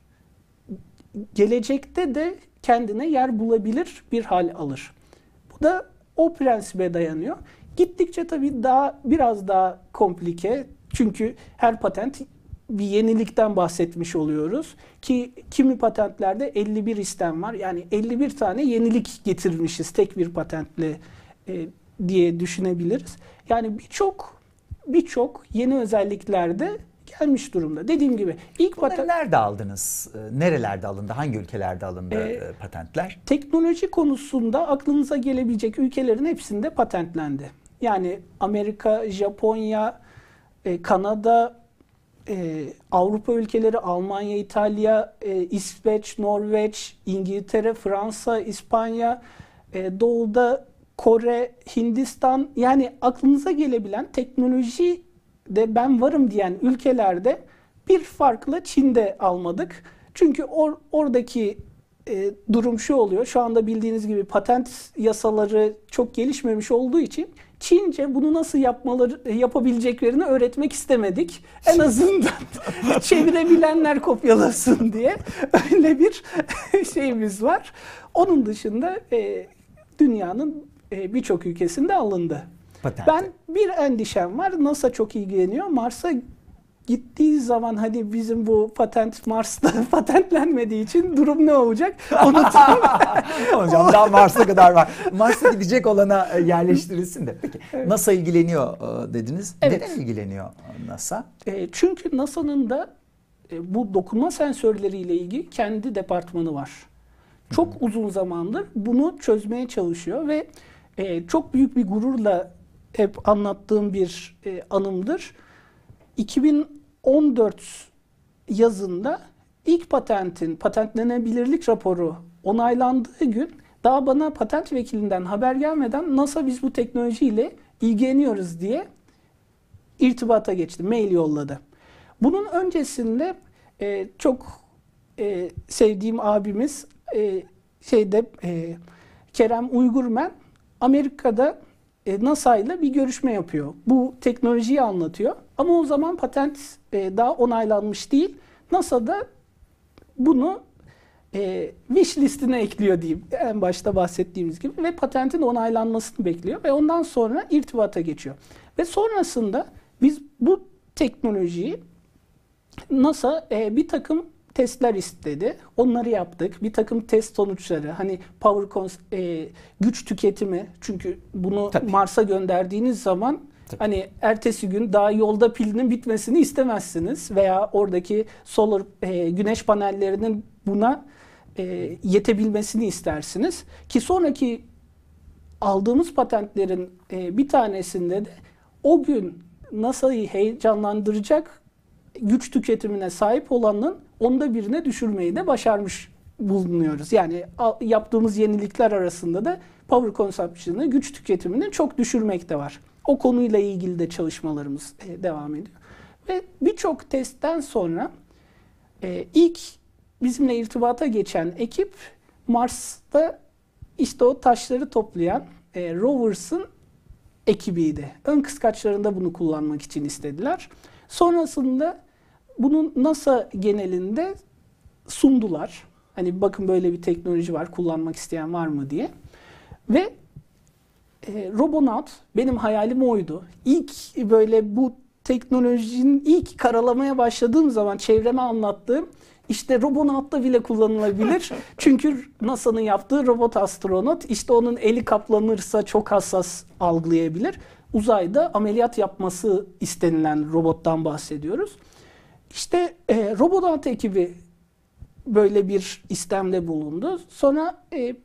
gelecekte de kendine yer bulabilir bir hal alır. Bu da o prensibe dayanıyor. Gittikçe tabii daha biraz daha komplike. Çünkü her patent bir yenilikten bahsetmiş oluyoruz. Ki kimi patentlerde elli bir istem var. Yani elli bir tane yenilik getirmişiz tek bir patentle e, diye düşünebiliriz. Yani birçok birçok yeni özellikler de gelmiş durumda. Dediğim gibi ilk Bunları patent... nerede aldınız? Nerelerde alındı? Hangi ülkelerde alındı Ee, patentler? Teknoloji konusunda aklınıza gelebilecek ülkelerin hepsinde patentlendi. Yani Amerika, Japonya, e, Kanada, e, Avrupa ülkeleri, Almanya, İtalya, e, İsveç, Norveç, İngiltere, Fransa, İspanya, e, Doğu'da Kore, Hindistan, yani aklınıza gelebilen teknoloji de ben varım diyen ülkelerde bir farkla Çin'de almadık. Çünkü or, oradaki e, durum şu oluyor. Şu anda bildiğiniz gibi patent yasaları çok gelişmemiş olduğu için Çince bunu nasıl yapmaları yapabileceklerini öğretmek istemedik. En azından çevirebilenler kopyalasın diye öyle bir şeyimiz var. Onun dışında e, dünyanın e, birçok ülkesinde alındı. Patent. Ben bir endişem var. NASA çok ilgileniyor. Mars'a gittiği zaman hani bizim bu patent Mars'ta patentlenmediği için durum ne olacak? Onu Hocam daha Mars'a kadar var. Mars'a gidecek olana yerleştirilsin de. Peki NASA ilgileniyor dediniz. Evet. Neden ilgileniyor NASA? E, çünkü NASA'nın da e, bu dokunma sensörleriyle ilgili kendi departmanı var. Çok Hı-hı. uzun zamandır bunu çözmeye çalışıyor ve e, çok büyük bir gururla hep anlattığım bir e, anımdır. iki bin on dört yazında ilk patentin, patentlenebilirlik raporu onaylandığı gün daha bana patent vekilinden haber gelmeden NASA biz bu teknolojiyle ilgileniyoruz diye irtibata geçti, mail yolladı. Bunun öncesinde e, çok e, sevdiğim abimiz e, şeyde e, Kerem Uygurmen Amerika'da e, NASA ile bir görüşme yapıyor. Bu teknolojiyi anlatıyor. Ama o zaman patent e, daha onaylanmış değil. NASA da bunu e, wish listine ekliyor diyeyim. En başta bahsettiğimiz gibi. Ve patentin onaylanmasını bekliyor. Ve ondan sonra irtibata geçiyor. Ve sonrasında biz bu teknolojiyi NASA e, bir takım testler istedi. Onları yaptık. Bir takım test sonuçları, hani power e, güç tüketimi, çünkü bunu Tabii. Mars'a gönderdiğiniz zaman Tabii. hani ertesi gün daha yolda pilinin bitmesini istemezsiniz veya oradaki solar e, güneş panellerinin buna e, yetebilmesini istersiniz. Ki sonraki aldığımız patentlerin e, bir tanesinde de o gün NASA'yı heyecanlandıracak güç tüketimine sahip olanın onda birine düşürmeyi de başarmış bulunuyoruz. Yani yaptığımız yenilikler arasında da power consumption'ı, güç tüketimini çok düşürmek de var. O konuyla ilgili de çalışmalarımız devam ediyor. Ve birçok testten sonra ilk bizimle irtibata geçen ekip Mars'ta işte o taşları toplayan rovers'ın ekibiydi. Ön kıskaçlarında bunu kullanmak için istediler. Sonrasında bunu NASA genelinde sundular. Hani bakın böyle bir teknoloji var, kullanmak isteyen var mı diye. Ve e, Robonaut benim hayalim oydu. İlk böyle bu teknolojinin ilk karalamaya başladığım zaman çevreme anlattığım, işte Robonaut'ta bile kullanılabilir. Çünkü NASA'nın yaptığı robot astronot, işte onun eli kaplanırsa çok hassas algılayabilir. Uzayda ameliyat yapması istenilen robottan bahsediyoruz. İşte e, Robonaut ekibi böyle bir istemde bulundu. Sonra e,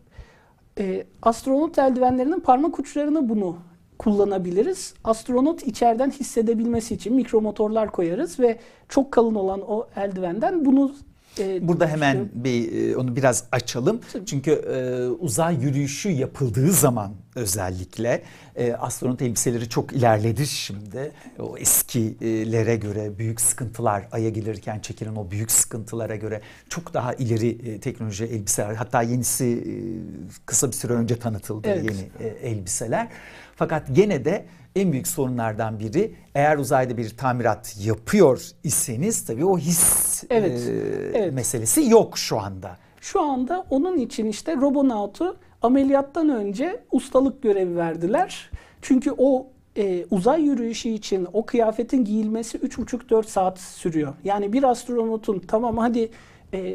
e, astronot eldivenlerinin parmak uçlarına bunu kullanabiliriz. Astronot içeriden hissedebilmesi için mikromotorlar koyarız ve çok kalın olan o eldivenden bunu e, burada hemen bir onu biraz açalım. Tabii. Çünkü e, uzay yürüyüşü yapıldığı zaman özellikle e, astronot elbiseleri çok ilerledi şimdi. O eskilere göre büyük sıkıntılar, Ay'a gelirken çekilen o büyük sıkıntılara göre çok daha ileri e, teknoloji elbiseler. Hatta yenisi e, kısa bir süre önce tanıtıldı, evet. yeni e, elbiseler. Fakat gene de en büyük sorunlardan biri, eğer uzayda bir tamirat yapıyor iseniz tabii o his evet, e, evet. meselesi yok şu anda. Şu anda onun için işte Robonaut'u ameliyattan önce ustalık görevi verdiler. Çünkü o e, uzay yürüyüşü için o kıyafetin giyilmesi üç buçuk dört saat sürüyor. Yani bir astronotun tamam hadi e,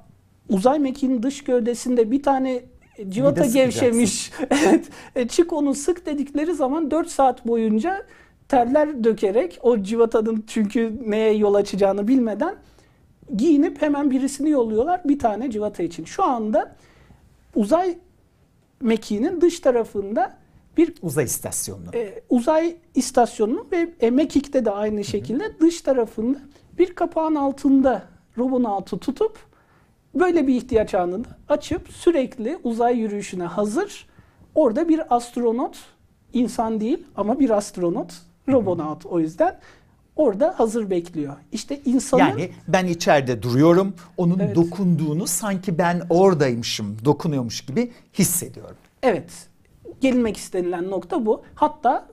uzay mekiğinin dış gövdesinde bir tane civata gevşemiş. Evet. E, çık onu sık dedikleri zaman dört saat boyunca terler dökerek o civatanın çünkü neye yol açacağını bilmeden giyinip hemen birisini yolluyorlar bir tane civata için. Şu anda uzay mekiğinin dış tarafında bir uzay istasyonu. E, uzay istasyonu ve e, mekikte de aynı şekilde hı hı. dış tarafında bir kapağın altında Robonaut'u tutup böyle bir ihtiyaç anında açıp sürekli uzay yürüyüşüne hazır. Orada bir astronot, insan değil ama bir astronot, Robonaut o yüzden orada hazır bekliyor. İşte insanın... Yani ben içeride duruyorum, onun evet. dokunduğunu sanki ben oradaymışım, dokunuyormuş gibi hissediyorum. Evet, gelinmek istenilen nokta bu. Hatta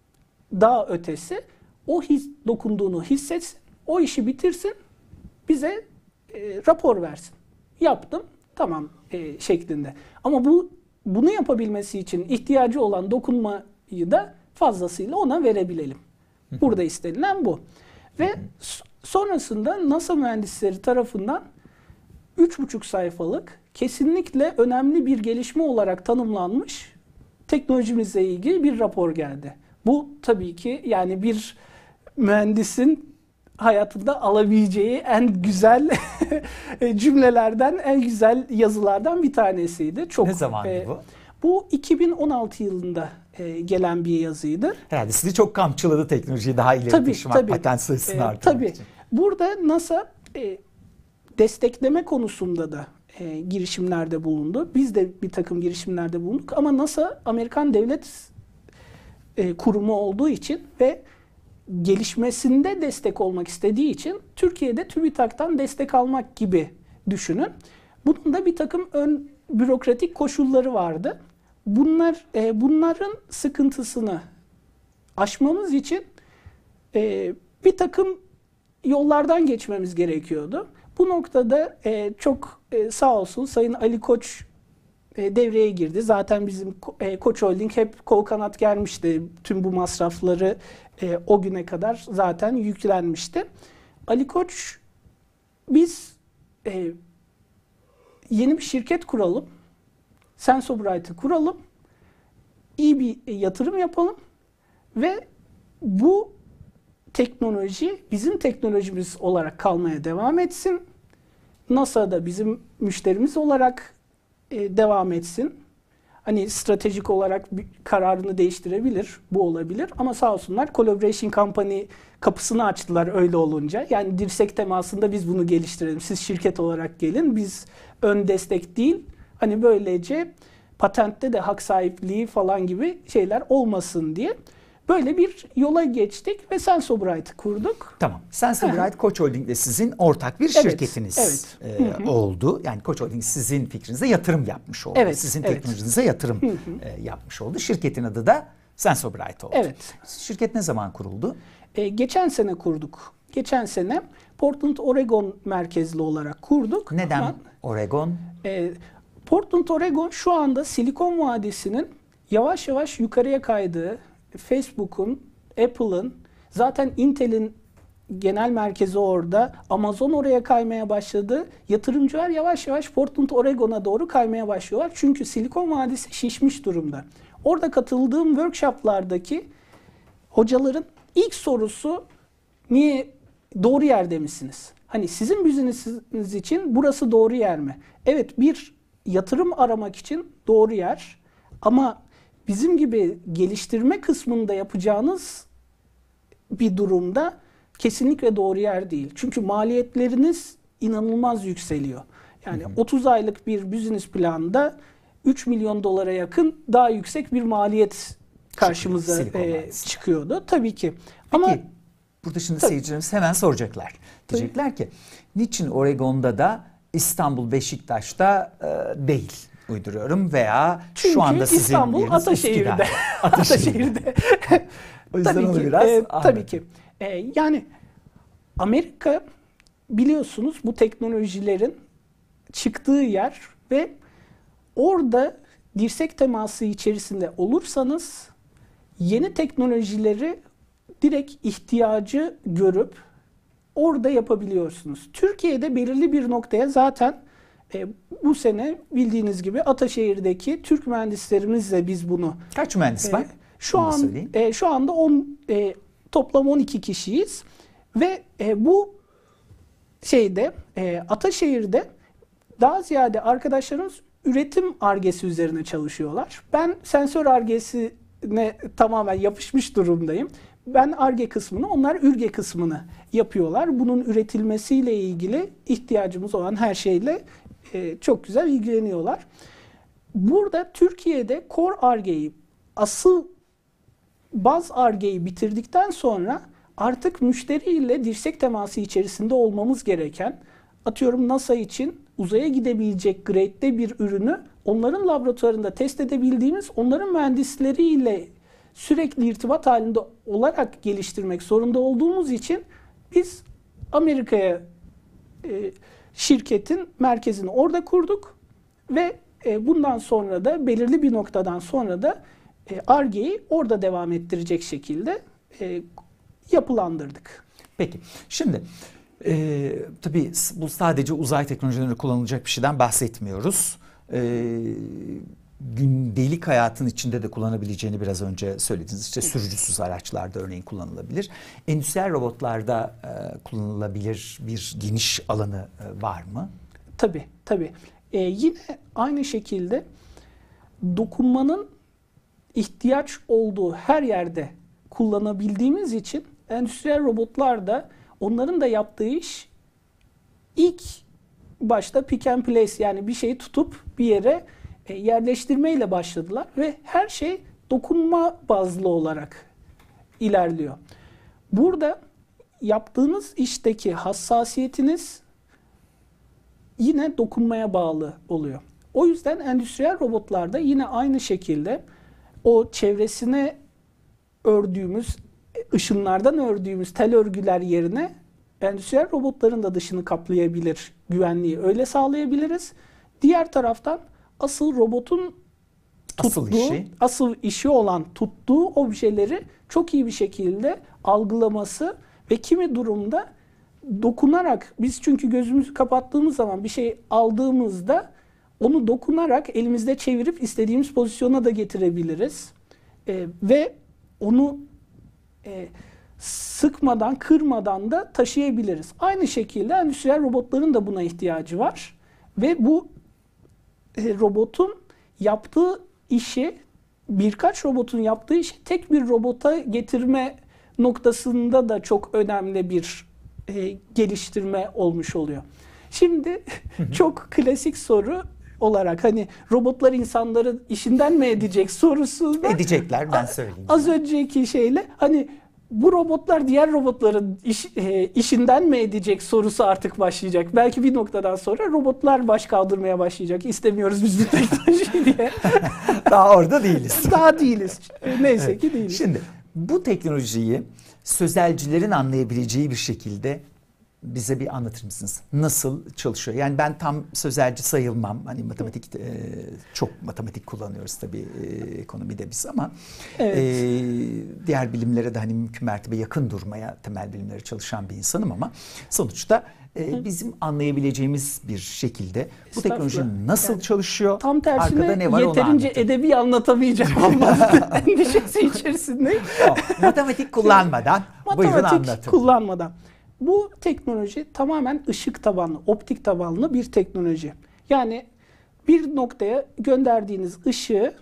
daha ötesi o his, dokunduğunu hissetsin, o işi bitirsin, bize e, rapor versin. Yaptım, tamam e, şeklinde. Ama bu bunu yapabilmesi için ihtiyacı olan dokunmayı da fazlasıyla ona verebilelim. Burada istenilen bu. Ve sonrasında NASA mühendisleri tarafından üç buçuk sayfalık kesinlikle önemli bir gelişme olarak tanımlanmış teknolojimizle ilgili bir rapor geldi. Bu tabii ki yani bir mühendisin hayatında alabileceği en güzel cümlelerden, en güzel yazılardan bir tanesiydi. Çok, ne zamandı e, bu? Bu iki bin on altı yılında e, gelen bir yazıydı. Herhalde sizi çok kamçıladı teknolojiyi daha ileri tabii, taşımak, tabii. patent sayısını e, artırmak tabii. için. Burada NASA e, destekleme konusunda da e, girişimlerde bulundu. Biz de bir takım girişimlerde bulunduk ama NASA Amerikan devlet e, kurumu olduğu için ve gelişmesinde destek olmak istediği için Türkiye'de TÜBİTAK'tan destek almak gibi düşünün. Bunun da bir takım ön bürokratik koşulları vardı. Bunlar e, bunların sıkıntısını aşmamız için e, bir takım yollardan geçmemiz gerekiyordu. Bu noktada e, çok e, sağ olsun Sayın Ali Koç e, devreye girdi. Zaten bizim e, Koç Holding hep kol kanat germişti. Tüm bu masrafları e, o güne kadar zaten yüklenmişti. Ali Koç biz e, yeni bir şirket kuralım. Sensobrite'ı kuralım. İyi bir yatırım yapalım. Ve bu teknoloji bizim teknolojimiz olarak kalmaya devam etsin. NASA'da bizim müşterimiz olarak e, devam etsin. Hani stratejik olarak bir kararını değiştirebilir, bu olabilir. Ama sağ olsunlar Collaboration Company kapısını açtılar öyle olunca. Yani dirsek temasında biz bunu geliştirelim. Siz şirket olarak gelin, biz ön destek değil. Hani böylece patentte de hak sahipliği falan gibi şeyler olmasın diye. Böyle bir yola geçtik ve Sensobrite'ı kurduk. Tamam. Sensobrite Koç Holding ile sizin ortak bir evet, şirketiniz evet. E, oldu. Yani Koç Holding sizin fikrinize yatırım yapmış oldu. Evet, sizin evet. teknolojinize yatırım e, yapmış oldu. Şirketin adı da Sensobright oldu. Evet. Şirket ne zaman kuruldu? E, geçen sene kurduk. Geçen sene Portland, Oregon merkezli olarak kurduk. Neden Ama, Oregon? E, Portland, Oregon şu anda Silikon Vadisi'nin yavaş yavaş yukarıya kaydığı, Facebook'un, Apple'ın, zaten Intel'in genel merkezi orada, Amazon oraya kaymaya başladı. Yatırımcılar yavaş yavaş Portland, Oregon'a doğru kaymaya başlıyorlar. Çünkü Silikon Vadisi şişmiş durumda. Orada katıldığım workshoplardaki hocaların ilk sorusu, niye doğru yerde misiniz? Hani sizin business'iniz için burası doğru yer mi? Evet, bir yatırım aramak için doğru yer. Ama bizim gibi geliştirme kısmında yapacağınız bir durumda kesinlikle doğru yer değil. Çünkü maliyetleriniz inanılmaz yükseliyor. Yani hı hı. otuz aylık bir business planında üç milyon dolara yakın daha yüksek bir maliyet karşımıza e, çıkıyordu. Tabii ki. Peki, ama burada şimdi tabii. seyircilerimiz hemen soracaklar. Diyecekler tabii. ki niçin Oregon'da da İstanbul Beşiktaş'ta e, değil? Uyduruyorum veya çünkü şu anda sizin İstanbul Ataşehir'de. Ataşehir'de. O yüzden tabii onu ki, biraz e, tabii ki. E, yani Amerika, biliyorsunuz, bu teknolojilerin çıktığı yer ve orada dirsek teması içerisinde olursanız yeni teknolojileri direkt ihtiyacı görüp orada yapabiliyorsunuz. Türkiye'de belirli bir noktaya zaten e, bu sene bildiğiniz gibi Ataşehir'deki Türk mühendislerimizle biz bunu... Kaç mühendis var? E, şu an e, şu anda on e, toplam on iki kişiyiz ve e, bu şeyde e, Ataşehir'de daha ziyade arkadaşlarımız üretim Ar-Ge'si üzerine çalışıyorlar. Ben sensör Ar-Ge'sine tamamen yapışmış durumdayım. Ben Ar-Ge kısmını, onlar Ür-Ge kısmını yapıyorlar. Bunun üretilmesiyle ilgili ihtiyacımız olan her şeyle e, çok güzel ilgileniyorlar. Burada Türkiye'de Core Ar-Ge'yi, asıl baz Ar-Ge'yi bitirdikten sonra artık müşteriyle dirsek teması içerisinde olmamız gereken, atıyorum NASA için uzaya gidebilecek grade'de bir ürünü onların laboratuvarında test edebildiğimiz, onların mühendisleriyle sürekli irtibat halinde olarak geliştirmek zorunda olduğumuz için biz Amerika'ya e, şirketin merkezini orada kurduk ve e, bundan sonra da belirli bir noktadan sonra da e, Ar-Ge'yi orada devam ettirecek şekilde e, yapılandırdık. Peki, şimdi e, tabii bu sadece uzay teknolojilerinde kullanılacak bir şeyden bahsetmiyoruz. E, gündelik hayatın içinde de kullanabileceğini biraz önce söylediniz. İşte sürücüsüz araçlarda örneğin kullanılabilir. Endüstriyel robotlarda e, kullanılabilir bir geniş alanı e, var mı? Tabii, tabii. E, yine aynı şekilde dokunmanın ihtiyaç olduğu her yerde kullanabildiğimiz için endüstriyel robotlarda onların da yaptığı iş ilk başta pick and place, yani bir şeyi tutup bir yere e, yerleştirmeyle başladılar ve her şey dokunma bazlı olarak ilerliyor. Burada yaptığınız işteki hassasiyetiniz yine dokunmaya bağlı oluyor. O yüzden endüstriyel robotlarda yine aynı şekilde o çevresine ördüğümüz, ışınlardan ördüğümüz tel örgüler yerine endüstriyel robotların da dışını kaplayabilir güvenliği öyle sağlayabiliriz. Diğer taraftan asıl robotun tuttuğu, asıl işi. asıl işi olan tuttuğu objeleri çok iyi bir şekilde algılaması ve kimi durumda dokunarak, biz çünkü gözümüzü kapattığımız zaman bir şey aldığımızda onu dokunarak elimizde çevirip istediğimiz pozisyona da getirebiliriz. Ee, ve onu e, sıkmadan, kırmadan da taşıyabiliriz. Aynı şekilde endüstriyel robotların da buna ihtiyacı var. Ve bu e, robotun yaptığı işi, birkaç robotun yaptığı işi tek bir robota getirme noktasında da çok önemli bir e, geliştirme olmuş oluyor. Şimdi çok klasik soru olarak, hani robotlar insanları işinden mi edecek sorusu da, edecekler, ben söyleyeyim. Az önceki şeyle, hani bu robotlar diğer robotların iş, e, işinden mi edecek sorusu artık başlayacak. Belki bir noktadan sonra robotlar baş kaldırmaya başlayacak. İstemiyoruz biz bu teknolojiyi diye. Daha orada değiliz. Daha değiliz. Neyse Evet. ki değiliz. Şimdi bu teknolojiyi sözelcilerin anlayabileceği bir şekilde bize bir anlatır mısınız? Nasıl çalışıyor? Yani ben tam sözelci sayılmam. Hani matematik e, çok matematik kullanıyoruz tabii e, ekonomide biz ama Evet. e, diğer bilimlere de hani mümkün mertebe yakın durmaya, temel bilimlere çalışan bir insanım ama sonuçta e, bizim anlayabileceğimiz bir şekilde bu teknoloji nasıl Yani çalışıyor? Tam tersine Arkada ne var onu yeterince anlatın. edebi anlatamayacak olmanın endişesi içerisindeyim. Tamam. Matematik kullanmadan buyurun Matematik anlatın. kullanmadan. Bu teknoloji tamamen ışık tabanlı, optik tabanlı bir teknoloji. Yani bir noktaya gönderdiğiniz ışığı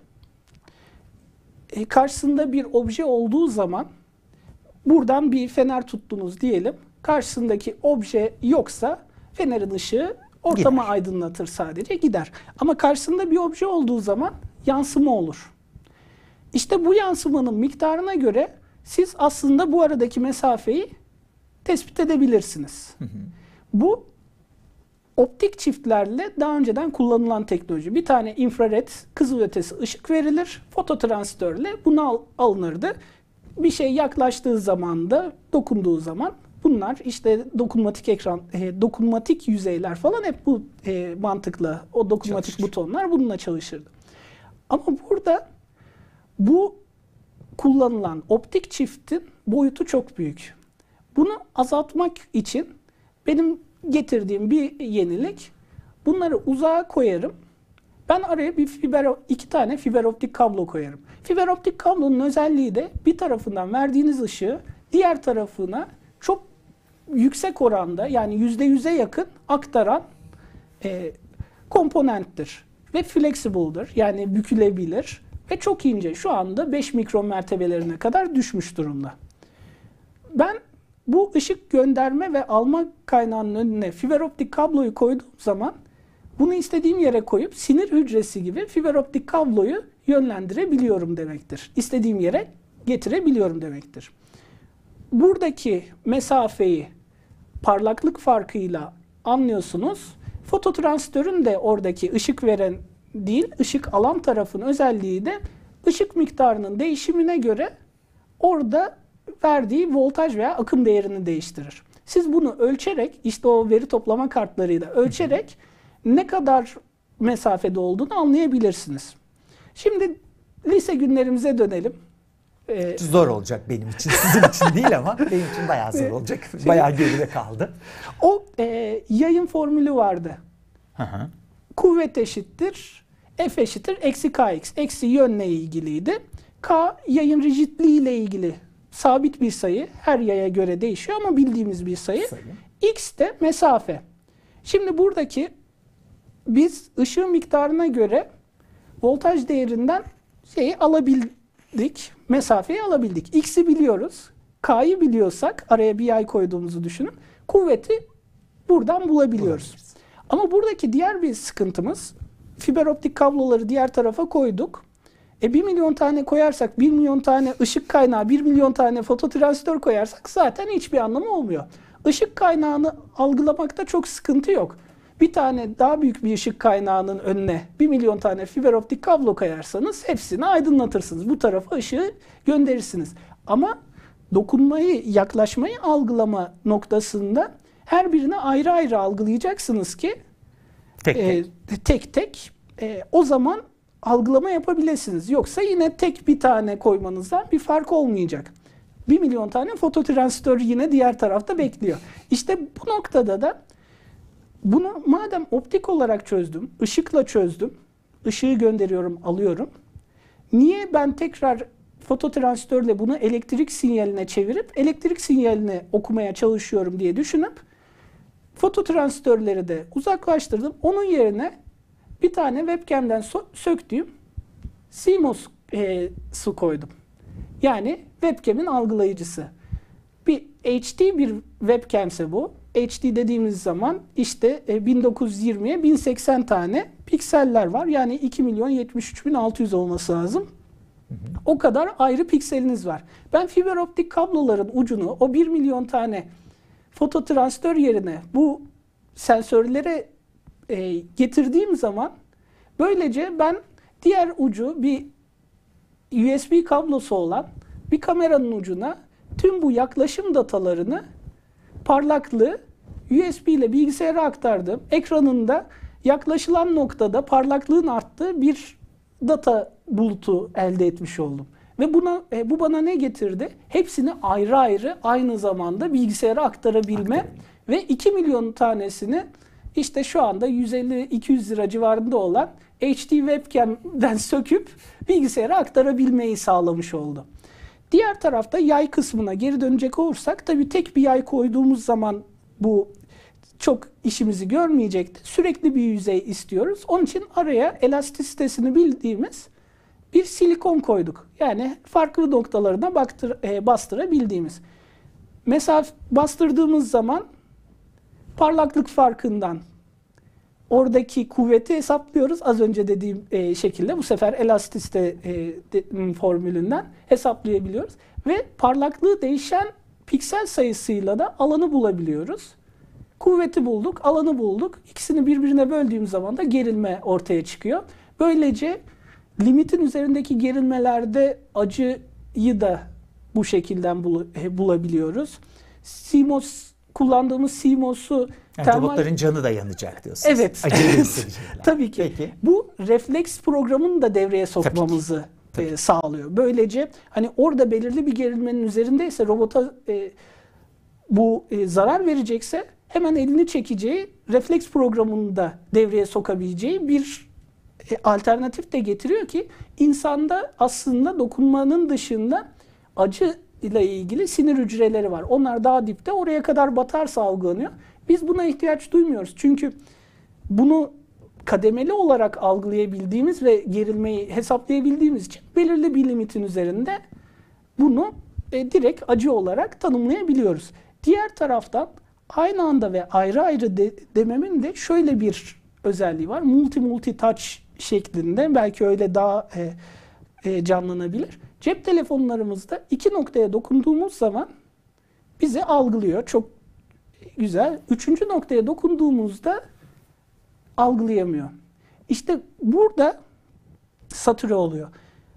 e, karşısında bir obje olduğu zaman buradan bir fener tuttunuz diyelim. Karşısındaki obje yoksa fenerin ışığı ortamı Gider. aydınlatır, sadece gider. Ama karşısında bir obje olduğu zaman yansıma olur. İşte bu yansımanın miktarına göre siz aslında bu aradaki mesafeyi tespit edebilirsiniz. Hı hı. Bu optik çiftlerle daha önceden kullanılan teknoloji. Bir tane infrared kızılötesi ışık verilir. Fototransistörle bunu al, alınırdı. Bir şey yaklaştığı zaman da, dokunduğu zaman bunlar işte dokunmatik ekran, e, dokunmatik yüzeyler falan hep bu e, mantıkla, o dokunmatik Çalışır. butonlar bununla çalışırdı. Ama burada bu kullanılan optik çiftin boyutu çok büyük. Bunu azaltmak için benim getirdiğim bir yenilik, bunları uzağa koyarım. Ben araya bir fiber, iki tane fiber optik kablo koyarım. Fiber optik kablonun özelliği de bir tarafından verdiğiniz ışığı diğer tarafına çok yüksek oranda, yani yüzde yüze yakın aktaran e, komponenttir. Ve flexible'dır, yani bükülebilir ve çok ince. Şu anda beş mikron mertebelerine kadar düşmüş durumda. Ben bu ışık gönderme ve alma kaynağının önüne fiber optik kabloyu koyduğum zaman bunu istediğim yere koyup sinir hücresi gibi fiber optik kabloyu yönlendirebiliyorum demektir. İstediğim yere getirebiliyorum demektir. Buradaki mesafeyi parlaklık farkıyla anlıyorsunuz. Fototransistörün de oradaki ışık veren değil, ışık alan tarafın özelliği de ışık miktarının değişimine göre orada verdiği voltaj veya akım değerini değiştirir. Siz bunu ölçerek, işte o veri toplama kartlarıyla ölçerek ne kadar mesafede olduğunu anlayabilirsiniz. Şimdi lise günlerimize dönelim. Ee, zor olacak benim için, sizin için değil ama benim için bayağı zor olacak. Bayağı geride kaldı. O e, yayın formülü vardı. Hı hı. Kuvvet eşittir, F eşittir, eksi Kx. Eksi yönle ilgiliydi. K yayın rigidliği ile ilgili sabit bir sayı. Her yaya göre değişiyor ama bildiğimiz bir sayı. sayı. X de mesafe. Şimdi buradaki biz ışığın miktarına göre voltaj değerinden şeyi alabildik. Mesafeyi alabildik. X'i biliyoruz. K'yı biliyorsak, araya bir yay koyduğumuzu düşünün. Kuvveti buradan bulabiliyoruz. Ama buradaki diğer bir sıkıntımız, fiber optik kabloları diğer tarafa koyduk. E bir milyon tane koyarsak, bir milyon tane ışık kaynağı, bir milyon tane fototransistör koyarsak zaten hiçbir anlamı olmuyor. Işık kaynağını algılamakta çok sıkıntı yok. Bir tane daha büyük bir ışık kaynağının önüne bir milyon tane fiber optik kablo koyarsanız hepsini aydınlatırsınız. Bu tarafa ışığı gönderirsiniz. Ama dokunmayı, yaklaşmayı algılama noktasında her birini ayrı ayrı algılayacaksınız ki tek tek, e, tek, tek e, o zaman algılama yapabilirsiniz. Yoksa yine tek bir tane koymanızdan bir fark olmayacak. Bir milyon tane fototransistör yine diğer tarafta bekliyor. İşte bu noktada da bunu madem optik olarak çözdüm, ışıkla çözdüm, ışığı gönderiyorum, alıyorum. Niye ben tekrar fototransistörle bunu elektrik sinyaline çevirip elektrik sinyalini okumaya çalışıyorum diye düşünüp fototransistörleri de uzaklaştırdım. Onun yerine bir tane webcam'den so- söktüğüm C M O S e, su koydum. Yani webcam'in algılayıcısı. Bir H D bir webcam'se bu. H D dediğimiz zaman işte e, bin dokuz yüz yirmiye bin seksen tane pikseller var. Yani iki milyon yetmiş üç bin altı yüz olması lazım. O kadar ayrı pikseliniz var. Ben fiber optik kabloların ucunu o bir milyon tane fototransistör yerine bu sensörlere e, getirdiğim zaman böylece ben diğer ucu bir U S B kablosu olan bir kameranın ucuna tüm bu yaklaşım datalarını, parlaklığı U S B ile bilgisayara aktardım. Ekranında yaklaşılan noktada parlaklığın arttığı bir data bulutu elde etmiş oldum. Ve buna e, bu bana ne getirdi? Hepsini ayrı ayrı aynı zamanda bilgisayara aktarabilme ve iki milyon tanesini işte şu anda yüz elli iki yüz lira civarında olan H D webcam'den söküp bilgisayara aktarabilmeyi sağlamış oldu. Diğer tarafta yay kısmına geri dönecek olursak tabii tek bir yay koyduğumuz zaman bu çok işimizi görmeyecekti. Sürekli bir yüzey istiyoruz. Onun için araya elastisitesini bildiğimiz bir silikon koyduk. Yani farklı noktalarına baktır, e, bastırabildiğimiz. Mesafe bastırdığımız zaman parlaklık farkından oradaki kuvveti hesaplıyoruz. Az önce dediğim e, şekilde bu sefer elastisite e, de, formülünden hesaplayabiliyoruz. Ve parlaklığı değişen piksel sayısıyla da alanı bulabiliyoruz. Kuvveti bulduk, alanı bulduk. İkisini birbirine böldüğüm zaman da gerilme ortaya çıkıyor. Böylece limitin üzerindeki gerilmelerde acıyı da bu şekilden bul bulabiliyoruz. C M O S kullandığımız C M O S'u yani termal... robotların canı da yanacak diyorsunuz. Evet. Tabii ki. Peki. Bu refleks programını da devreye sokmamızı e, sağlıyor. Böylece hani orada belirli bir gerilmenin üzerindeyse robota e, bu e, zarar verecekse hemen elini çekeceği refleks programını da devreye sokabileceği bir e, alternatif de getiriyor ki insanda aslında dokunmanın dışında acı ile ilgili sinir hücreleri var. Onlar daha dipte, oraya kadar batarsa algılanıyor. Biz buna ihtiyaç duymuyoruz. Çünkü bunu kademeli olarak algılayabildiğimiz ve gerilmeyi hesaplayabildiğimiz için belirli bir limitin üzerinde bunu e, direkt acı olarak tanımlayabiliyoruz. Diğer taraftan aynı anda ve ayrı ayrı de, dememin de şöyle bir özelliği var. Multi multi touch şeklinde, belki öyle daha e, e, canlanabilir. Cep telefonlarımızda iki noktaya dokunduğumuz zaman bizi algılıyor. Çok güzel. Üçüncü noktaya dokunduğumuzda algılayamıyor. İşte burada satüre oluyor.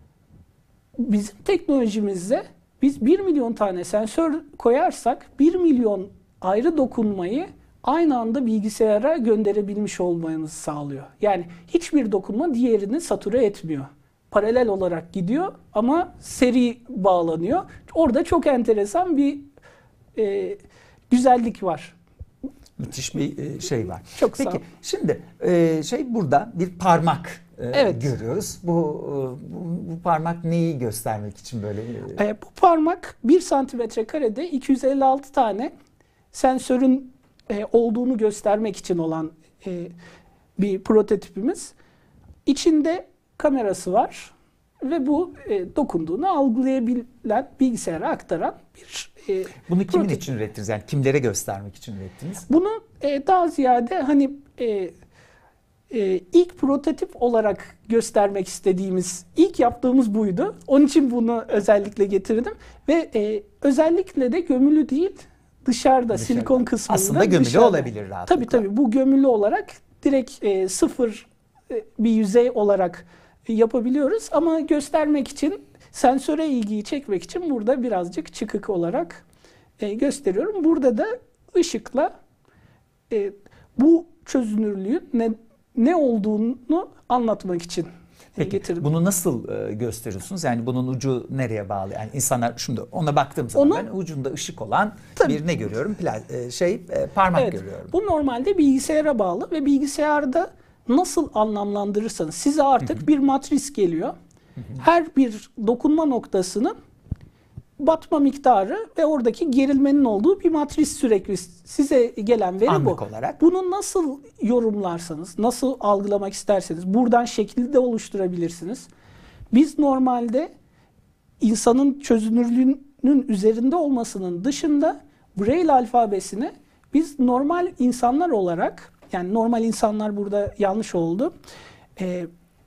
Bizim teknolojimizde biz bir milyon tane sensör koyarsak bir milyon ayrı dokunmayı aynı anda bilgisayara gönderebilmiş olmamızı sağlıyor. Yani hiçbir dokunma diğerini satüre etmiyor. Paralel olarak gidiyor ama seri bağlanıyor. Orada çok enteresan bir e, güzellik var. Müthiş bir şey var. Çok Peki, sağ ol. Şimdi e, şey burada bir parmak e, Evet. görüyoruz. Bu, bu bu parmak neyi göstermek için böyle? E, bu parmak bir santimetre karede iki yüz elli altı tane sensörün e, olduğunu göstermek için olan e, bir prototipimiz. İçinde kamerası var ve bu e, dokunduğunu algılayabilen, bilgisayara aktaran bir e, Bunu kimin prototip. için ürettiniz? Yani kimlere göstermek için ürettiniz? Bunu e, daha ziyade hani e, e, ilk prototip olarak göstermek istediğimiz, ilk yaptığımız buydu. Onun için bunu özellikle getirdim ve e, özellikle de gömülü değil, dışarıda, dışarıda. silikon kısmında. Aslında gömülü dışarıda. olabilir rahatlıkla. Tabii tabii, bu gömülü olarak direkt e, sıfır e, bir yüzey olarak yapabiliyoruz ama göstermek için, sensöre ilgiyi çekmek için burada birazcık çıkık olarak e, gösteriyorum. Burada da ışıkla e, bu çözünürlüğün ne, ne olduğunu anlatmak için Peki, getirdim. bunu nasıl e, gösteriyorsunuz? Yani bunun ucu nereye bağlı? Yani insanlar şimdi ona baktığım zaman Onu, ben ucunda ışık olan tabii, bir ne görüyorum? Pla, e, şey e, parmak evet, görüyorum. Bu normalde bilgisayara bağlı ve bilgisayarda nasıl anlamlandırırsanız size artık hı hı. bir matris geliyor. Hı hı. Her bir dokunma noktasının batma miktarı ve oradaki gerilmenin olduğu bir matris sürekli size gelen veri Anlık bu. olarak. Bunu nasıl yorumlarsanız, nasıl algılamak isterseniz buradan şekilde oluşturabilirsiniz. Biz normalde insanın çözünürlüğünün üzerinde olmasının dışında Braille alfabesini biz normal insanlar olarak, yani normal insanlar burada yanlış oldu, Ee,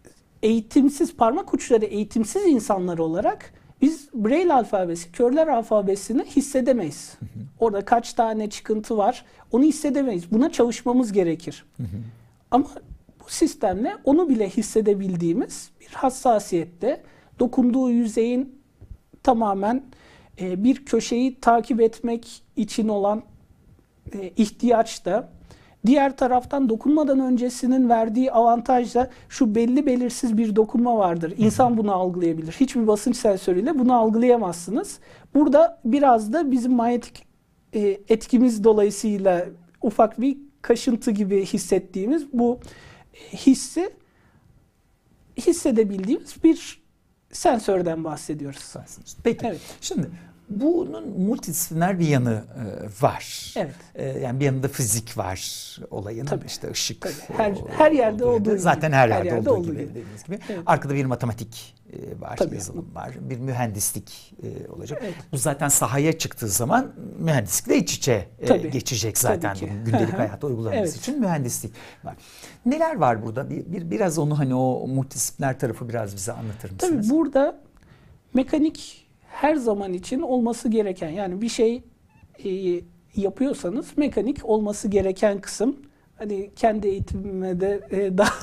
eğitimsiz, parmak uçları eğitimsiz insanlar olarak biz Braille alfabesi, körler alfabesini hissedemeyiz. Hı hı. Orada kaç tane çıkıntı var onu hissedemeyiz. Buna çalışmamız gerekir. Hı hı. Ama bu sistemle onu bile hissedebildiğimiz bir hassasiyette, dokunduğu yüzeyin tamamen e, bir köşeyi takip etmek için olan e, ihtiyaç da, diğer taraftan dokunmadan öncesinin verdiği avantaj da şu belli belirsiz bir dokunma vardır. İnsan bunu algılayabilir. Hiçbir basınç sensörüyle bunu algılayamazsınız. Burada biraz da bizim manyetik e, etkimiz dolayısıyla ufak bir kaşıntı gibi hissettiğimiz bu hissi hissedebildiğimiz bir sensörden bahsediyoruz. Peki. Evet. Şimdi bunun multidisipliner bir yanı e, var. Evet. E, yani bir yanında fizik var olayın. Tabii. İşte ışık. Tabii. Her, o, her yerde olduğu gibi. Zaten her yerde, her yerde olduğu, olduğu gibi, gibi. Dediğiniz gibi. Evet. Arkada bir matematik e, var, Tabii. yazılım var, bir mühendislik e, olacak. Evet. Bu zaten sahaya çıktığı zaman mühendislikle iç içe e, geçecek zaten. Gündelik hayatta uygulaması evet. için mühendislik var. Neler var burada? Bir, bir biraz onu hani o multidisipliner tarafı biraz bize anlatır mısınız? Tabii burada mekanik her zaman için olması gereken, yani bir şey e, yapıyorsanız mekanik olması gereken kısım. Hani kendi eğitimime de e, daha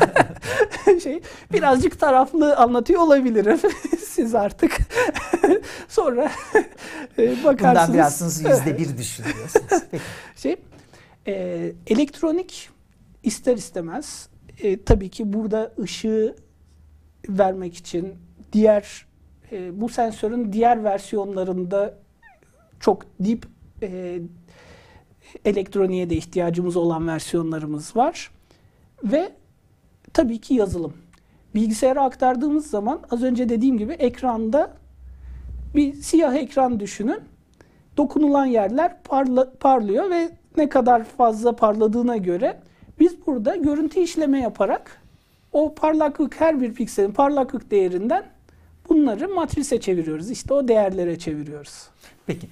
şey birazcık taraflı anlatıyor olabilirim. Siz artık sonra e, bakarsınız. Bundan birazsınız yüzde bir düşünüyorsunuz. şey e, elektronik ister istemez e, tabii ki burada ışığı vermek için diğer e, bu sensörün diğer versiyonlarında çok deep e, elektroniğe de ihtiyacımız olan versiyonlarımız var. Ve tabii ki yazılım. Bilgisayara aktardığımız zaman az önce dediğim gibi ekranda bir siyah ekran düşünün. Dokunulan yerler parla, parlıyor ve ne kadar fazla parladığına göre biz burada görüntü işleme yaparak o parlaklık, her bir pikselin parlaklık değerinden bunları matrise çeviriyoruz. İşte o değerlere çeviriyoruz. Peki.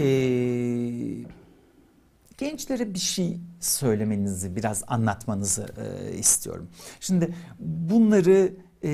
Ee, gençlere bir şey söylemenizi, biraz anlatmanızı e, istiyorum. Şimdi bunları e,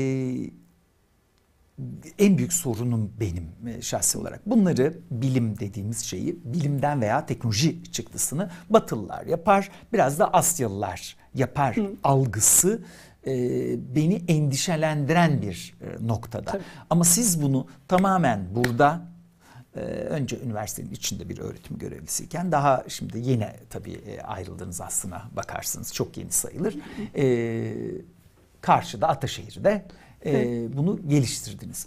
en büyük sorunum benim e, şahsi olarak. Bunları, bilim dediğimiz şeyi, bilimden veya teknoloji çıktısını Batılılar yapar, biraz da Asyalılar yapar Hı. algısı e, beni endişelendiren bir e, noktada. Tabii. Ama siz bunu tamamen burada, e, önce üniversitenin içinde bir öğretim görevlisiyken, daha şimdi yeni tabii e, ayrıldığınız aslına bakarsınız, çok yeni sayılır. E, karşıda Ataşehir'de e, bunu geliştirdiniz.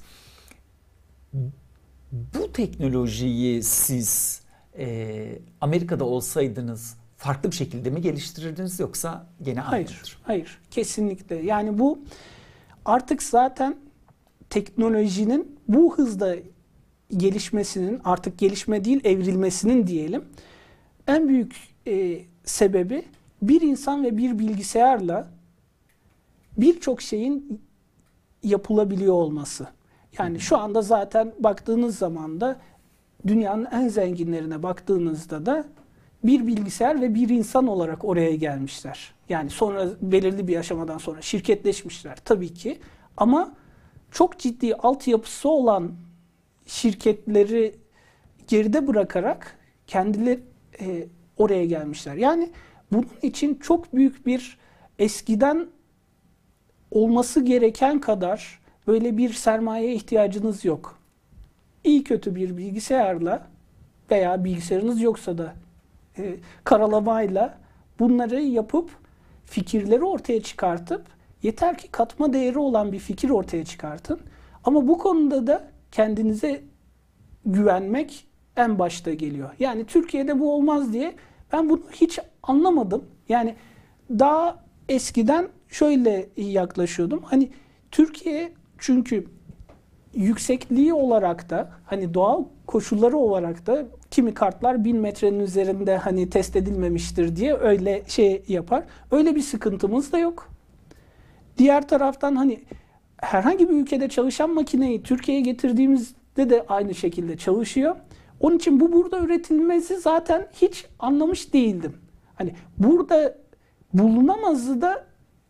Bu teknolojiyi siz e, Amerika'da olsaydınız farklı bir şekilde mi geliştirirdiniz, yoksa gene aynı Hayır, mıdır? hayır. Kesinlikle. Yani bu artık zaten teknolojinin bu hızda gelişmesinin, artık gelişme değil evrilmesinin diyelim, en büyük e, sebebi bir insan ve bir bilgisayarla birçok şeyin yapılabiliyor olması. Yani şu anda zaten baktığınız zaman da dünyanın en zenginlerine baktığınızda da bir bilgisayar ve bir insan olarak oraya gelmişler. Yani sonra belirli bir aşamadan sonra şirketleşmişler tabii ki. Ama çok ciddi altyapısı olan şirketleri geride bırakarak kendileri e, oraya gelmişler. Yani bunun için çok büyük bir, eskiden olması gereken kadar böyle bir sermayeye ihtiyacınız yok. İyi kötü bir bilgisayarla veya bilgisayarınız yoksa da e, karalamayla bunları yapıp fikirleri ortaya çıkartıp, yeter ki katma değeri olan bir fikir ortaya çıkartın. Ama bu konuda da kendinize güvenmek en başta geliyor. Yani Türkiye'de bu olmaz diye ben bunu hiç anlamadım. Yani daha eskiden şöyle yaklaşıyordum. Hani Türkiye çünkü yüksekliği olarak da, hani doğal koşulları olarak da kimi kartlar bin metrenin üzerinde hani test edilmemiştir diye öyle şey yapar. Öyle bir sıkıntımız da yok. Diğer taraftan hani herhangi bir ülkede çalışan makineyi Türkiye'ye getirdiğimizde de aynı şekilde çalışıyor. Onun için bu burada üretilmesi zaten hiç anlamış değildim. Hani burada bulunamazı da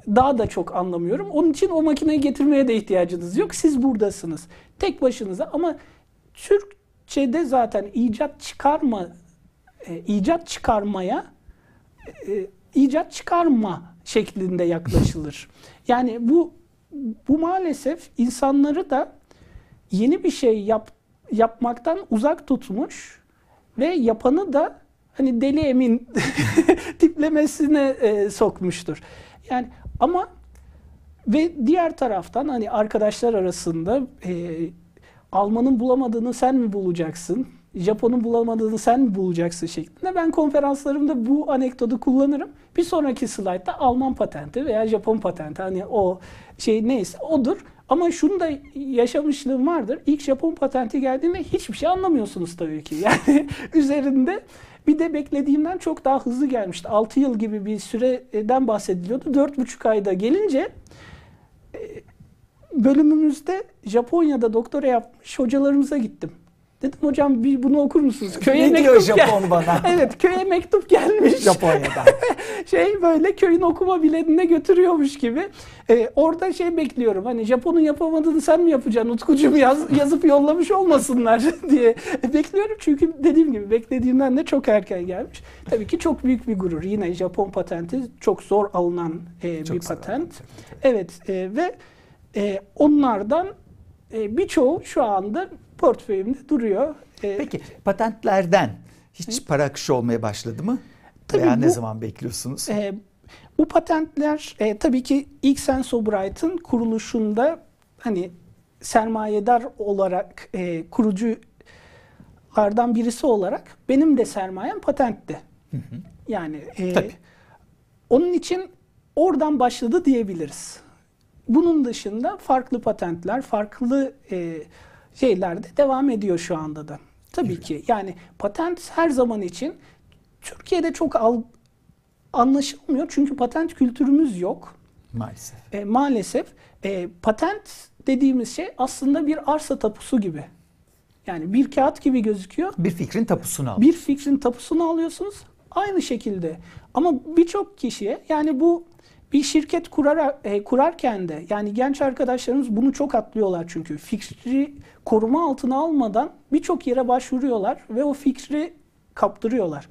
daha da çok anlamıyorum. Onun için o makineyi getirmeye de ihtiyacınız yok. Siz buradasınız. Tek başınıza ama Türkçe'de zaten icat çıkarma e, icat çıkarmaya e, icat çıkarma şeklinde yaklaşılır. Yani bu bu maalesef insanları da yeni bir şey yap, yapmaktan uzak tutmuş ve yapanı da hani deli emin tiplemesine e, sokmuştur. Yani ama ve diğer taraftan hani arkadaşlar arasında e, Alman'ın bulamadığını sen mi bulacaksın? Japon'un bulamadığını sen mi bulacaksın şeklinde. Ben konferanslarımda bu anekdotu kullanırım. Bir sonraki slaytta Alman patenti veya Japon patenti hani o şey neyse odur. Ama şunu da yaşamışlığım vardır. İlk Japon patenti geldiğinde hiçbir şey anlamıyorsunuz tabii ki. Yani üzerinde bir de beklediğimden çok daha hızlı gelmişti. altı yıl gibi bir süreden bahsediliyordu. dört buçuk ayda gelince bölümümüzde Japonya'da doktora yapmış hocalarımıza gittim. Dedim hocam bir bunu okur musunuz? Köye ne diyor Japon gel- bana? Evet, köye mektup gelmiş. Japonya'dan. şey böyle köyün okuma biletine götürüyormuş gibi. Ee, orada şey bekliyorum. Hani Japon'un yapamadığını sen mi yapacaksın? Utkucuğum yaz, yazıp yollamış olmasınlar diye bekliyorum. Çünkü dediğim gibi beklediğimden de çok erken gelmiş. Tabii ki çok büyük bir gurur. Yine Japon patenti çok zor alınan e, bir patent. Evet e, ve e, onlardan e, birçoğu şu anda portföyümde duruyor. Ee, Peki patentlerden hiç hı? para akışı olmaya başladı mı? Tabii Veya bu, ne zaman bekliyorsunuz? E, bu patentler e, tabii ki ilk Sensobrite'ın kuruluşunda hani sermayedar olarak e, kuruculardan birisi olarak benim de sermayem patentti. Hı hı. Yani e, onun için oradan başladı diyebiliriz. Bunun dışında farklı patentler, farklı e, şeyler de devam ediyor şu anda da. Tabii evet. ki yani patent her zaman için Türkiye'de çok al, anlaşılmıyor. Çünkü patent kültürümüz yok. Maalesef. E, maalesef. E, patent dediğimiz şey aslında bir arsa tapusu gibi. Yani bir kağıt gibi gözüküyor. Bir fikrin tapusunu alıyorsunuz. Bir fikrin tapusunu alıyorsunuz. Aynı şekilde. Ama birçok kişiye yani bu bir şirket kurar, e, kurarken de yani genç arkadaşlarımız bunu çok atlıyorlar çünkü fikri koruma altına almadan birçok yere başvuruyorlar ve o fikri kaptırıyorlar.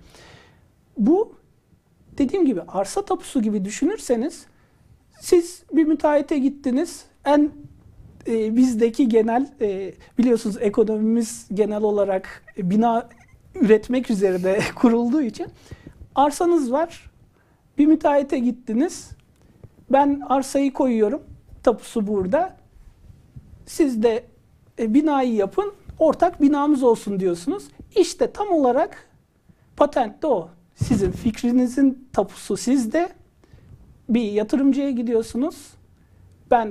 Bu dediğim gibi arsa tapusu gibi düşünürseniz siz bir müteahhite gittiniz. En e, bizdeki genel e, biliyorsunuz ekonomimiz genel olarak e, bina üretmek üzerine kurulduğu için arsanız var. Bir müteahhite gittiniz. Ben arsayı koyuyorum. Tapusu burada. Siz de e, binayı yapın. Ortak binamız olsun diyorsunuz. İşte tam olarak patent de o. Sizin fikrinizin tapusu sizde. Bir yatırımcıya gidiyorsunuz. Ben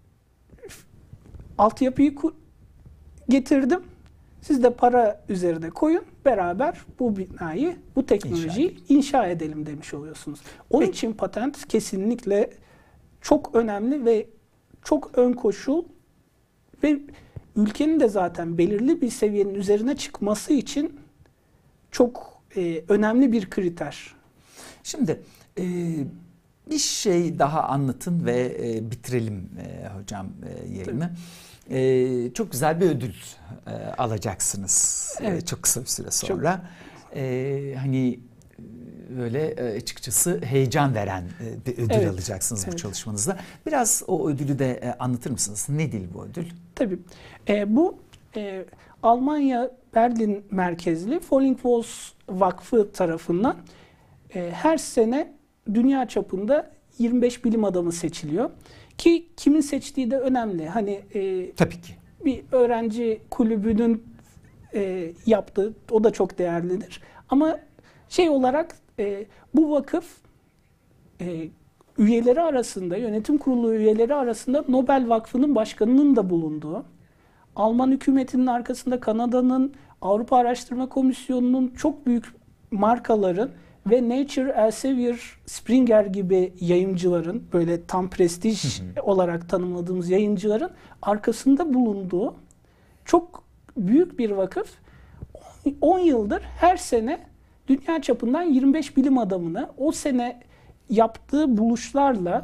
altyapıyı getirdim. Siz de para üzerine koyun. Beraber bu binayı, bu teknolojiyi inşa, inşa edelim demiş oluyorsunuz. Onun Peki. için patent kesinlikle çok önemli ve çok ön koşul ve ülkenin de zaten belirli bir seviyenin üzerine çıkması için çok e, önemli bir kriter. Şimdi e, bir şey daha anlatın ve e, bitirelim e, hocam e, yayını. E, çok güzel bir ödül e, alacaksınız evet. e, çok kısa bir süre sonra. E, hani böyle açıkçası heyecan veren bir ödül evet. alacaksınız evet. bu çalışmanızda. Biraz o ödülü de anlatır mısınız? Nedir bu ödül? Tabii. E, bu e, Almanya Berlin merkezli Falling Walls Vakfı tarafından e, her sene dünya çapında yirmi beş bilim adamı seçiliyor. Ki kimin seçtiği de önemli. Hani e, Tabii ki. Bir öğrenci kulübünün e, yaptığı o da çok değerlidir. Ama şey olarak e, bu vakıf e, üyeleri arasında, yönetim kurulu üyeleri arasında Nobel Vakfı'nın başkanının da bulunduğu, Alman hükümetinin arkasında Kanada'nın, Avrupa Araştırma Komisyonu'nun çok büyük markaların ve Nature, Elsevier, Springer gibi yayıncıların, böyle tam prestij olarak tanımladığımız yayıncıların arkasında bulunduğu çok büyük bir vakıf. on yıldır her sene dünya çapından yirmi beş bilim adamını o sene yaptığı buluşlarla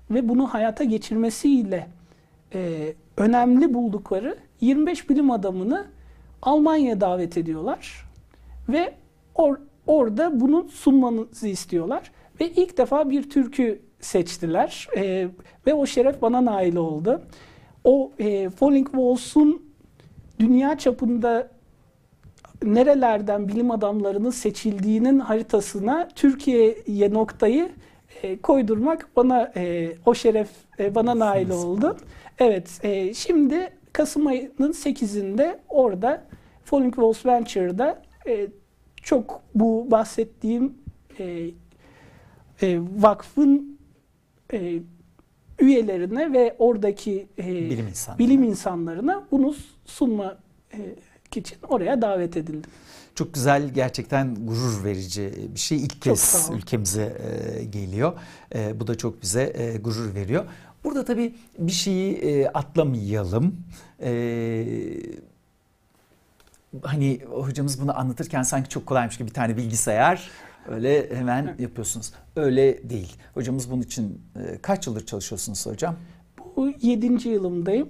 ve bunu hayata geçirmesiyle e, önemli buldukları yirmi beş bilim adamını Almanya'ya davet ediyorlar ve or, orada bunu sunmanızı istiyorlar ve ilk defa bir türkü seçtiler e, ve o şeref bana nail oldu. O e, Falling Waltz'un dünya çapında nerelerden bilim adamlarının seçildiğinin haritasına Türkiye'ye noktayı e, koydurmak bana e, o şeref e, bana nail oldu. Evet, e, şimdi Kasım ayının sekizinde orada Falling Waltz Venture'da e, çok bu bahsettiğim e, e, vakfın e, üyelerine ve oradaki e, bilim, insanları. bilim insanlarına bunu sunma e, için oraya davet edildim. Çok güzel, gerçekten gurur verici bir şey. İlk kez ülkemize e, geliyor. E, bu da çok bize e, gurur veriyor. Burada tabii bir şeyi e, atlamayalım. E, hani hocamız bunu anlatırken sanki çok kolaymış gibi bir tane bilgisayar öyle hemen yapıyorsunuz. Öyle değil. Hocamız bunun için e, kaç yıldır çalışıyorsunuz hocam? Bu yedinci yılımdayım.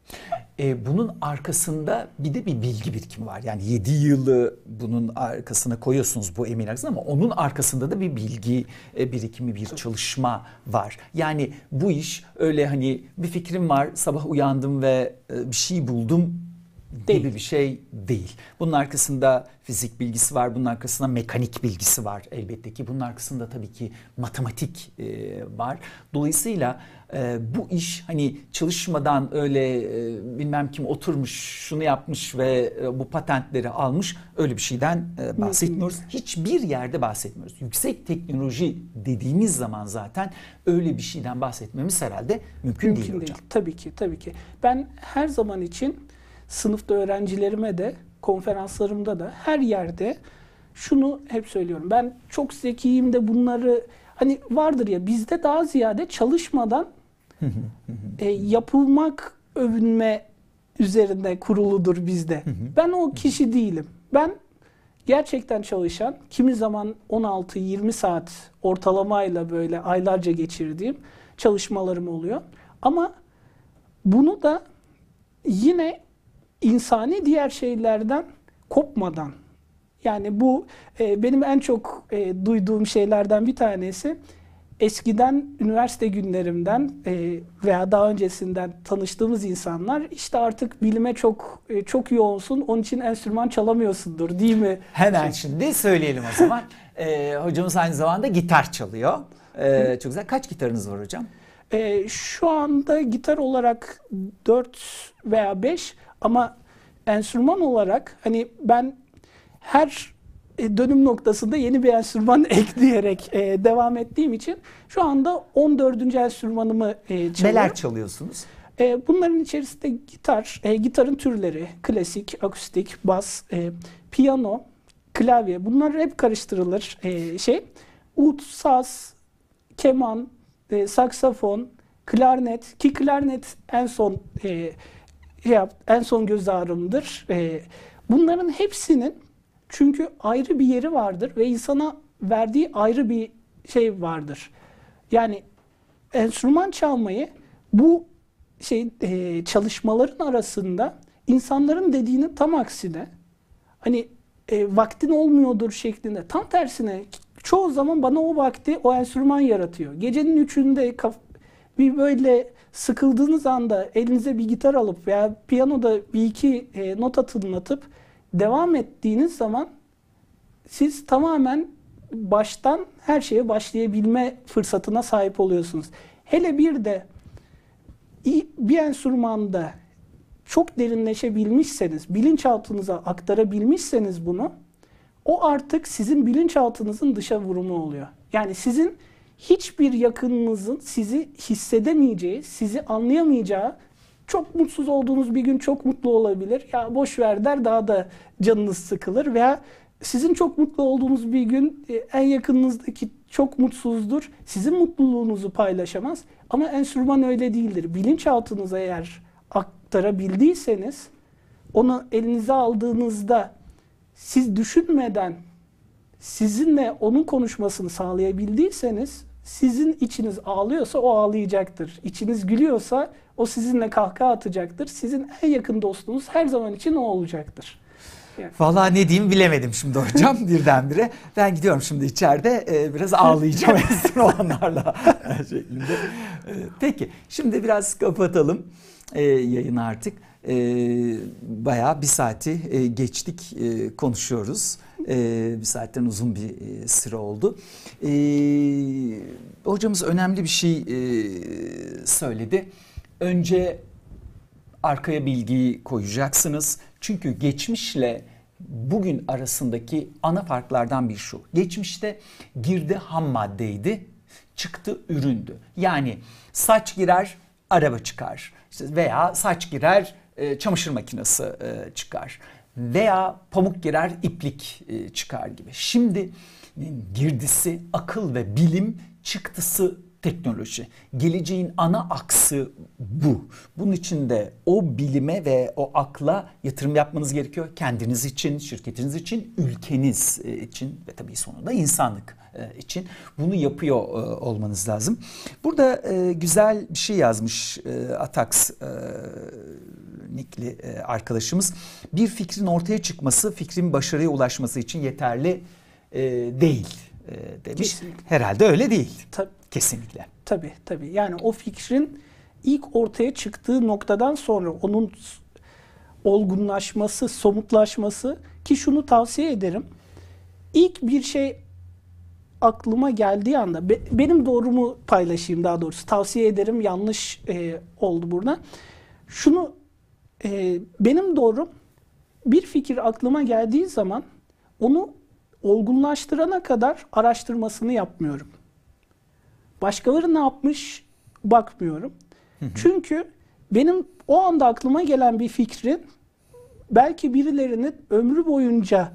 E, bunun arkasında bir de bir bilgi birikimi var. Yani yedi yılı bunun arkasına koyuyorsunuz bu emeğin arkasına, ama onun arkasında da bir bilgi e, birikimi, bir çalışma var. Yani bu iş öyle hani bir fikrim var, sabah uyandım ve e, bir şey buldum gibi değil. Bir şey değil. Bunun arkasında fizik bilgisi var, bunun arkasında mekanik bilgisi var elbette ki. Bunun arkasında tabii ki matematik e, var. Dolayısıyla e, bu iş hani çalışmadan öyle e, bilmem kim oturmuş, şunu yapmış ve e, bu patentleri almış, öyle bir şeyden e, bahsetmiyoruz. Hiçbir yerde bahsetmiyoruz. Yüksek teknoloji dediğimiz zaman zaten öyle bir şeyden bahsetmemiz herhalde mümkün, mümkün değil, değil hocam. Tabii ki, tabii ki. Ben her zaman için sınıfta öğrencilerime de, konferanslarımda da, her yerde şunu hep söylüyorum. Ben çok zekiyim de bunları, hani vardır ya bizde daha ziyade çalışmadan e, yapılmak, övünme üzerinde kuruludur bizde. Ben o kişi değilim. Ben gerçekten çalışan, kimi zaman on altı yirmi saat ortalamayla böyle aylarca geçirdiğim çalışmalarım oluyor. Ama bunu da yine insani diğer şeylerden kopmadan, yani bu e, benim en çok e, duyduğum şeylerden bir tanesi, eskiden üniversite günlerimden e, veya daha öncesinden tanıştığımız insanlar işte artık bilime çok e, çok yoğunsun, onun için enstrüman çalamıyorsundur değil mi? Hemen şey. Şimdi söyleyelim o zaman. e, hocamız aynı zamanda gitar çalıyor. E, çok güzel. Kaç gitarınız var hocam? E, şu anda gitar olarak dört veya beş, ama enstrüman olarak hani ben her dönüm noktasında yeni bir enstrüman ekleyerek e, devam ettiğim için şu anda on dördüncü enstrümanımı e, çalıyorum. Neler çalıyorsunuz? E, bunların içerisinde gitar, e, gitarın türleri, klasik, akustik, bas, e, piyano, klavye, bunlar hep karıştırılır e, şey. Ud, saz, keman, e, saksafon, klarnet, ki klarnet en son e, en son göz ağrımdır. E, bunların hepsinin çünkü ayrı bir yeri vardır ve insana verdiği ayrı bir şey vardır. Yani enstrüman çalmayı bu şey e, çalışmaların arasında insanların dediğinin tam aksine, hani e, vaktin olmuyordur şeklinde, tam tersine çoğu zaman bana o vakti o enstrüman yaratıyor. Gecenin üçünde bir böyle sıkıldığınız anda elinize bir gitar alıp veya piyanoda bir iki e, nota tınlatıp devam ettiğiniz zaman siz tamamen baştan her şeye başlayabilme fırsatına sahip oluyorsunuz. Hele bir de bir enstrümanda çok derinleşebilmişseniz, bilinçaltınıza aktarabilmişseniz bunu, o artık sizin bilinçaltınızın dışa vurumu oluyor. Yani sizin hiçbir yakınınızın sizi hissedemeyeceği, sizi anlayamayacağı, çok mutsuz olduğunuz bir gün çok mutlu olabilir. Ya boş ver der, daha da canınız sıkılır. Veya sizin çok mutlu olduğunuz bir gün en yakınınızdaki çok mutsuzdur. Sizin mutluluğunuzu paylaşamaz. Ama enstrüman öyle değildir. Bilinçaltınıza eğer aktarabildiyseniz, onu elinize aldığınızda siz düşünmeden sizinle onun konuşmasını sağlayabildiyseniz, Sizin içiniz ağlıyorsa o ağlayacaktır. İçiniz gülüyorsa o sizinle kahkaha atacaktır. Sizin en yakın dostunuz her zaman için o olacaktır. Yani. Vallahi ne diyeyim bilemedim şimdi hocam birdenbire. Ben gidiyorum şimdi içeride e, biraz ağlayacağım enstrüman olanlarla şeklinde. E, peki şimdi biraz kapatalım e, yayını artık. E, bayağı bir saati e, geçtik e, konuşuyoruz. E, bir saatten uzun bir e, süre oldu. E, hocamız önemli bir şey e, söyledi. Önce arkaya bilgiyi koyacaksınız. Çünkü geçmişle bugün arasındaki ana farklardan bir şu. Geçmişte girdi ham maddeydi, çıktı üründü. Yani saç girer, araba çıkar. İşte veya saç girer, e, çamaşır makinesi e, çıkar. Veya pamuk girer, iplik e, çıkar gibi. Şimdi girdisi akıl ve bilim, çıktısı teknoloji. Geleceğin ana aksı bu. Bunun için de o bilime ve o akla yatırım yapmanız gerekiyor. Kendiniz için, şirketiniz için, ülkeniz için ve tabii sonunda insanlık için. Bunu yapıyor olmanız lazım. Burada güzel bir şey yazmış Atax nikli arkadaşımız. Bir fikrin ortaya çıkması, fikrin başarıya ulaşması için yeterli değil demiş. Kesinlikle. Herhalde öyle değil. Tabii. Kesinlikle. Tabii tabii. Yani o fikrin ilk ortaya çıktığı noktadan sonra onun olgunlaşması, somutlaşması, ki şunu tavsiye ederim. İlk bir şey aklıma geldiği anda, be, benim doğrumu paylaşayım daha doğrusu. Tavsiye ederim, yanlış e, oldu burada. Şunu, e, benim doğrum, bir fikir aklıma geldiği zaman onu olgunlaştırana kadar araştırmasını yapmıyorum. Başkaları ne yapmış bakmıyorum. Hı hı. Çünkü benim o anda aklıma gelen bir fikrin belki birilerinin ömrü boyunca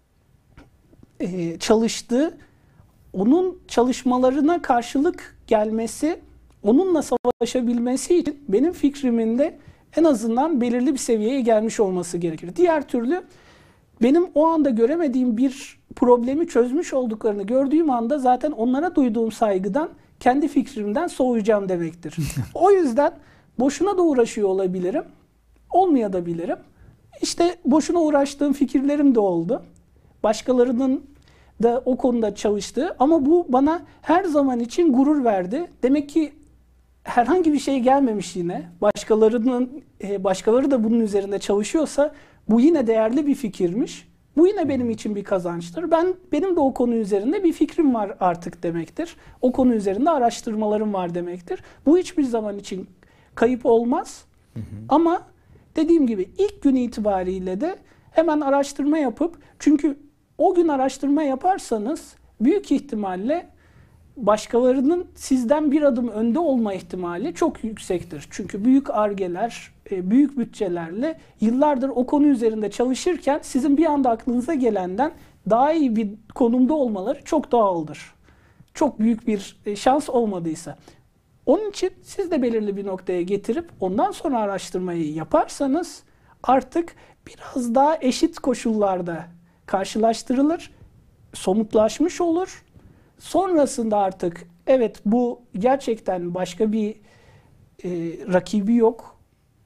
e, çalıştığı, onun çalışmalarına karşılık gelmesi, onunla savaşabilmesi için benim fikrimin de en azından belirli bir seviyeye gelmiş olması gerekir. Diğer türlü benim o anda göremediğim bir problemi çözmüş olduklarını gördüğüm anda zaten onlara duyduğum saygıdan kendi fikrimden soğuyacağım demektir. O yüzden boşuna da uğraşıyor olabilirim, olmayabilirim. İşte boşuna uğraştığım fikirlerim de oldu. Başkalarının da o konuda çalıştığı, ama bu bana her zaman için gurur verdi. Demek ki herhangi bir şey gelmemiş yine. Başkalarının başkaları da bunun üzerinde çalışıyorsa bu yine değerli bir fikirmiş. Bu yine benim için bir kazançtır. Ben benim de o konu üzerinde bir fikrim var artık demektir. O konu üzerinde araştırmalarım var demektir. Bu hiçbir zaman için kayıp olmaz. Hı hı. Ama dediğim gibi ilk gün itibariyle de hemen araştırma yapıp, çünkü o gün araştırma yaparsanız büyük ihtimalle başkalarının sizden bir adım önde olma ihtimali çok yüksektir. Çünkü büyük argeler, büyük bütçelerle yıllardır o konu üzerinde çalışırken sizin bir anda aklınıza gelenden daha iyi bir konumda olmaları çok doğaldır. Çok büyük bir şans olmadıysa. Onun için siz de belirli bir noktaya getirip ondan sonra araştırmayı yaparsanız artık biraz daha eşit koşullarda karşılaştırılır, somutlaşmış olur. Sonrasında artık evet bu gerçekten başka bir e, rakibi yok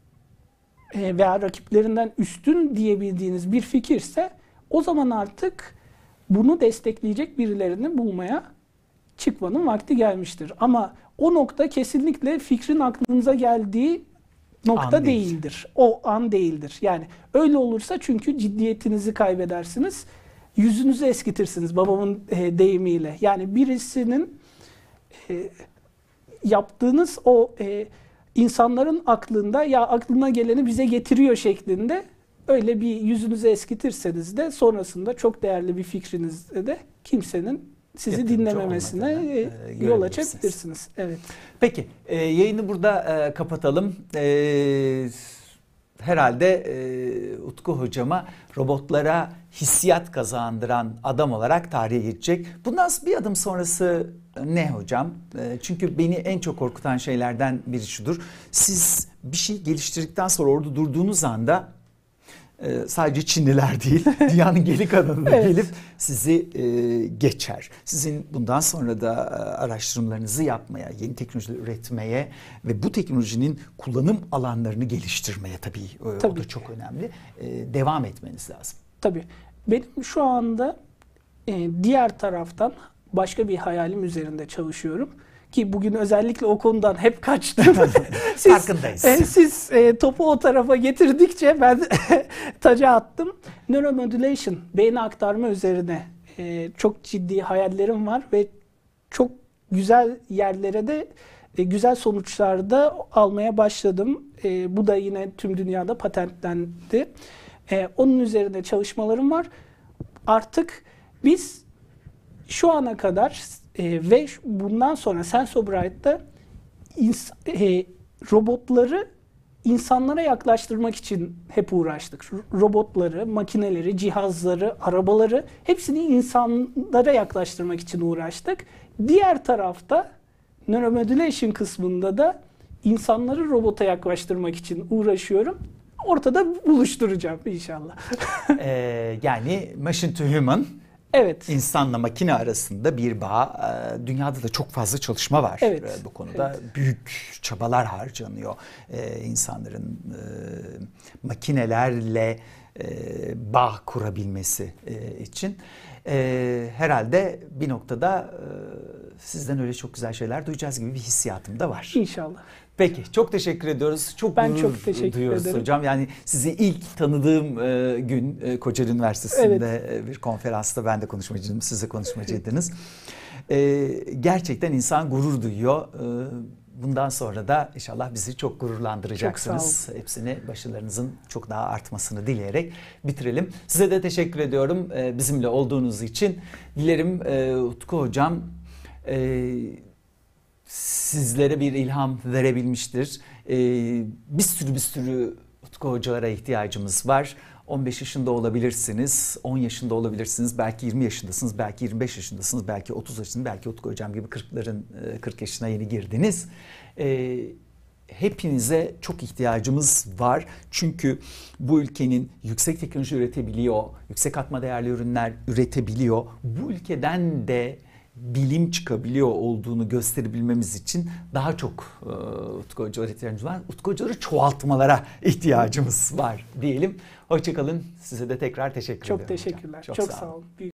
e, veya rakiplerinden üstün diyebildiğiniz bir fikirse, o zaman artık bunu destekleyecek birilerini bulmaya çıkmanın vakti gelmiştir. Ama o nokta kesinlikle fikrin aklınıza geldiği nokta an değildir. Değil. O an değildir. Yani öyle olursa çünkü ciddiyetinizi kaybedersiniz. Yüzünüzü eskitirsiniz babamın e, deyimiyle. Yani birisinin e, yaptığınız o e, insanların aklında ya aklına geleni bize getiriyor şeklinde öyle bir yüzünüzü eskitirseniz de sonrasında çok değerli bir fikrinizde de kimsenin sizi Yatırımcı dinlememesine e, yol açabilirsiniz. Evet. Peki e, yayını burada e, kapatalım. E, herhalde e, Utku hocama robotlara hissiyat kazandıran adam olarak tarihe geçecek. Bundan bir adım sonrası ne hocam? E, çünkü beni en çok korkutan şeylerden biri şudur. Siz bir şey geliştirdikten sonra orada durduğunuz anda e, sadece Çinliler değil, dünyanın geri kalanına Evet. gelip sizi e, geçer. Sizin bundan sonra da e, araştırmalarınızı yapmaya, yeni teknolojiler üretmeye ve bu teknolojinin kullanım alanlarını geliştirmeye tabii, e, Tabii o da ki. çok önemli. E, devam etmeniz lazım. Tabii. Benim şu anda e, diğer taraftan başka bir hayalim üzerinde çalışıyorum. Ki bugün özellikle o konudan hep kaçtım. siz, Farkındayız. E, siz e, topu o tarafa getirdikçe ben taca attım. Neuromodulation, beyin aktarma üzerine e, çok ciddi hayallerim var ve çok güzel yerlere de e, güzel sonuçlar da almaya başladım. E, bu da yine tüm dünyada patentlendi. E, onun üzerine çalışmalarım var. Artık biz şu ana kadar e, ve bundan sonra Sensobright'ta ins- e, robotları insanlara yaklaştırmak için hep uğraştık. R- Robotları, makineleri, cihazları, arabaları hepsini insanlara yaklaştırmak için uğraştık. Diğer tarafta neuromodulation kısmında da insanları robota yaklaştırmak için uğraşıyorum. Ortada buluşturacağım inşallah. e, yani machine to human, Evet. İnsanla makine arasında bir bağ. E, Dünyada da çok fazla çalışma var Evet, e, bu konuda. evet. Büyük çabalar harcanıyor e, insanların e, makinelerle e, bağ kurabilmesi e, için. E, herhalde bir noktada e, sizden öyle çok güzel şeyler duyacağız gibi bir hissiyatım da var. İnşallah. Peki, çok teşekkür ediyoruz. Çok Ben gurur çok teşekkür duyuyoruz ederim. hocam. Yani sizi ilk tanıdığım e, gün e, Kocaeli Üniversitesi'nde e, bir konferansta ben de konuşmacıydım, siz de konuşmacıydınız. E, gerçekten insan gurur duyuyor. E, bundan sonra da inşallah bizi çok gururlandıracaksınız. Çok Hepsini, başarılarınızın çok daha artmasını dileyerek bitirelim. Size de teşekkür ediyorum e, bizimle olduğunuz için. Dilerim e, Utku hocam e, sizlere bir ilham verebilmiştir. Ee, bir sürü bir sürü Utku hocalara ihtiyacımız var. on beş yaşında olabilirsiniz, on yaşında olabilirsiniz, belki yirmi yaşındasınız, belki yirmi beş yaşındasınız, belki otuz yaşındasınız, belki Utku hocam gibi kırkların kırk yaşına yeni girdiniz. Ee, hepinize çok ihtiyacımız var. Çünkü bu ülkenin yüksek teknoloji üretebiliyor, yüksek katma değerli ürünler üretebiliyor. Bu ülkeden de bilim çıkabiliyor olduğunu gösterebilmemiz için daha çok e, Utku Hoca öğrencilerimiz var. Utku Hocaları çoğaltmalara ihtiyacımız var diyelim. Hoşça kalın. Size de tekrar teşekkür Çok ederim. teşekkürler. Hocam. Çok, sağ olun. Büyük